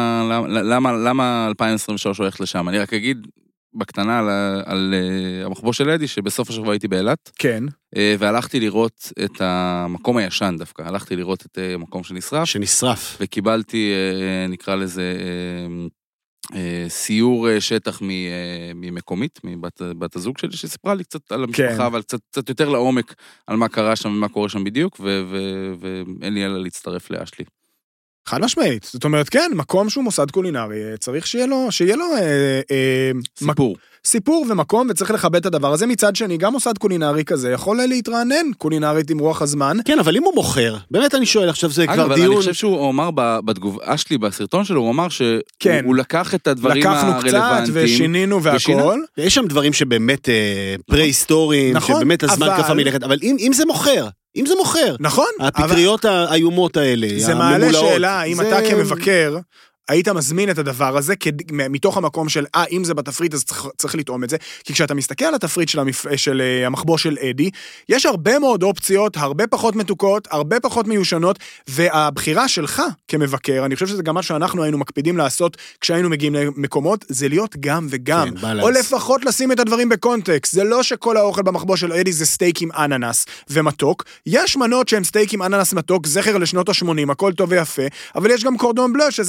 למה אלפיים עשרים ושלוש הולכת לשם. אני רק אגיד בקטנה על המחבוא של אדי, שבסוף השבוע הייתי באילת.
כן.
והלכתי לראות את המקום הישן דווקא, הלכתי לראות את המקום שנשרף.
שנשרף.
וקיבלתי, נקרא לזה, סיור שטח ממקומית, מבת הזוג שלי, שסיפרה לי קצת על המשפחה, אבל קצת יותר לעומק על מה קרה שם ומה קורה שם בדיוק, ואין לי אלא להצטרף לאשלי.
חד משמעית, זאת אומרת, כן, מקום שהוא מוסד קולינרי, צריך שיהיה לו, שיהיה לו אה, אה,
סיפור.
מק... סיפור ומקום, וצריך לכבד את הדבר הזה. מצד שני, גם מוסד קולינרי כזה יכול להתרענן קולינרית עם רוח הזמן.
כן, אבל אם הוא מוכר, באמת אני שואל, עכשיו זה
אגב,
כבר
אבל
דיון.
אני חושב שהוא אמר בתגובה שלי, בסרטון שלו, הוא אמר שהוא
כן.
לקח את הדברים הרלוונטיים.
לקחנו קצת ושינינו והכל.
יש שם דברים שבאמת פרה-היסטוריים,
נכון,
שבאמת הזמן
אבל...
קפה מלכת, אבל אם, אם זה מוכר, אם זה מוכר.
נכון.
הפטריות אבל... האיומות האלה,
זה מעלה שאלה, אם זה... אתה כמבקר, היית מזמין את הדבר הזה, מתוך המקום של, אה, אם זה בתפריט, אז צריך, צריך לטעום את זה, כי כשאתה מסתכל על התפריט של, המפ... של המחבוא של אדי, יש הרבה מאוד אופציות, הרבה פחות מתוקות, הרבה פחות מיושנות, והבחירה שלך כמבקר, אני חושב שזה גם מה שאנחנו היינו מקפידים לעשות, כשהיינו מגיעים למקומות, זה להיות גם וגם, כן, או לפחות לשים את הדברים בקונטקסט, זה לא שכל האוכל במחבוא של אדי זה סטייק עם אננס ומתוק, יש מנות שהן סטייק עם אננס מתוק, זכר לשנות ה-שמונים, הכל טוב ויפה, אבל יש גם קורדון בלו, שזה מנת ביס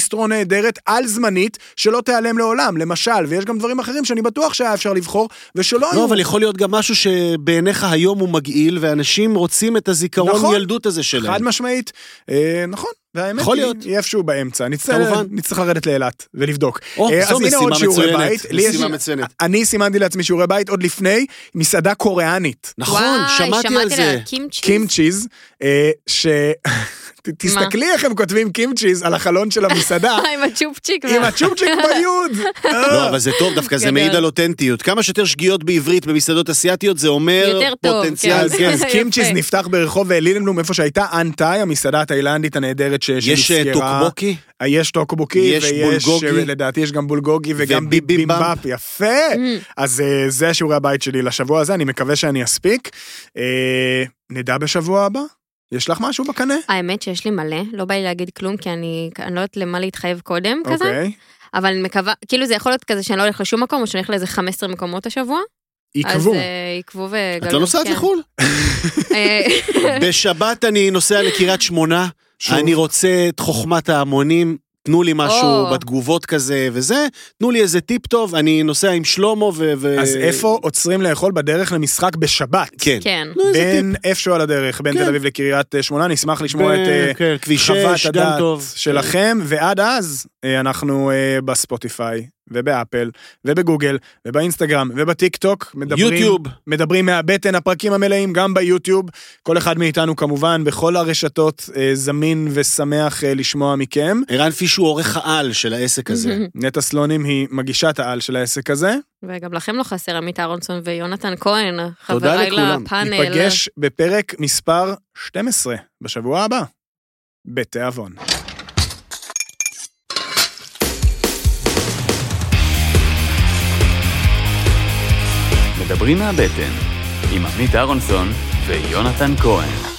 ביסטרו נהדרת על זמנית, שלא תיעלם לעולם, למשל, ויש גם דברים אחרים שאני בטוח שהיה אפשר לבחור, ושלא היו.
לא, אבל יכול להיות גם משהו שבעיניך היום הוא מגעיל, ואנשים רוצים את הזיכרון
נכון,
ילדות הזה שלהם.
חד משמעית, אה, נכון. והאמת היא, היא איפשהו באמצע, נצטרך לרדת לאילת ולבדוק.
אז הנה עוד שיעורי בית.
אני סימנתי לעצמי שיעורי בית עוד לפני, מסעדה קוריאנית.
נכון, שמעתי על זה.
קימצ'יז, ש... תסתכלי איך הם כותבים קימצ'יז על החלון של המסעדה.
עם הצ'ופצ'יק.
עם הצ'ופצ'יק ביוד.
לא, אבל זה טוב, דווקא זה מעיד על אותנטיות. כמה שיותר שגיאות בעברית במסעדות אסיאטיות, זה אומר פוטנציאל.
אז קימצ'יז נפתח ברחוב לילנבלום, איפה שהייתה אנטאי, המסעדה התאילנדית הנהדרת שנסגרה.
יש טוקבוקי?
יש טוקבוקי,
יש בולגוגי.
לדעתי יש גם בולגוגי וגם ביבימבאפ. יפה. אז זה שיעורי הבית שלי לשבוע הזה, אני מקווה שאני אספיק. נדע בשבוע הבא? יש לך משהו בקנה?
האמת שיש לי מלא, לא בא לי להגיד כלום, כי אני, אני לא יודעת למה להתחייב קודם כזה,
אוקיי.
אבל אני מקווה, כאילו זה יכול להיות כזה שאני לא הולך לשום מקום, או שאני הולך לאיזה חמש עשרה מקומות השבוע.
יקבו.
אז יקבו וגלו.
את לא נוסעת לחול? בשבת אני נוסע לקריית שמונה, אני רוצה את חוכמת ההמונים, תנו לי משהו בתגובות כזה וזה, תנו לי איזה טיפ טוב, אני נוסע עם שלומו ו...
אז איפה עוצרים לאכול בדרך למשחק בשבת?
כן.
כן.
בין איפשהו על הדרך, בין תל אביב לקריית שמונה, נשמח לשמוע את חוות הדעת שלכם, ועד אז אנחנו בספוטיפיי, ובאפל, ובגוגל, ובאינסטגרם, ובטיק טוק, מדברים, מדברים מהבטן, הפרקים המלאים, גם ביוטיוב, כל אחד מאיתנו כמובן, בכל הרשתות זמין ושמח לשמוע מכם.
ערן פיש הוא עורך העל של העסק הזה.
נטע סלונים היא מגישת העל של העסק הזה.
וגם לכם לא חסר עמית אהרונסון ויונתן כהן, חבריי לפאנל.
ניפגש בפרק מספר שתים עשרה, בשבוע הבא, בתיאבון.
מדברים מהבטן, עם עמית אהרונסון ויונתן כהן.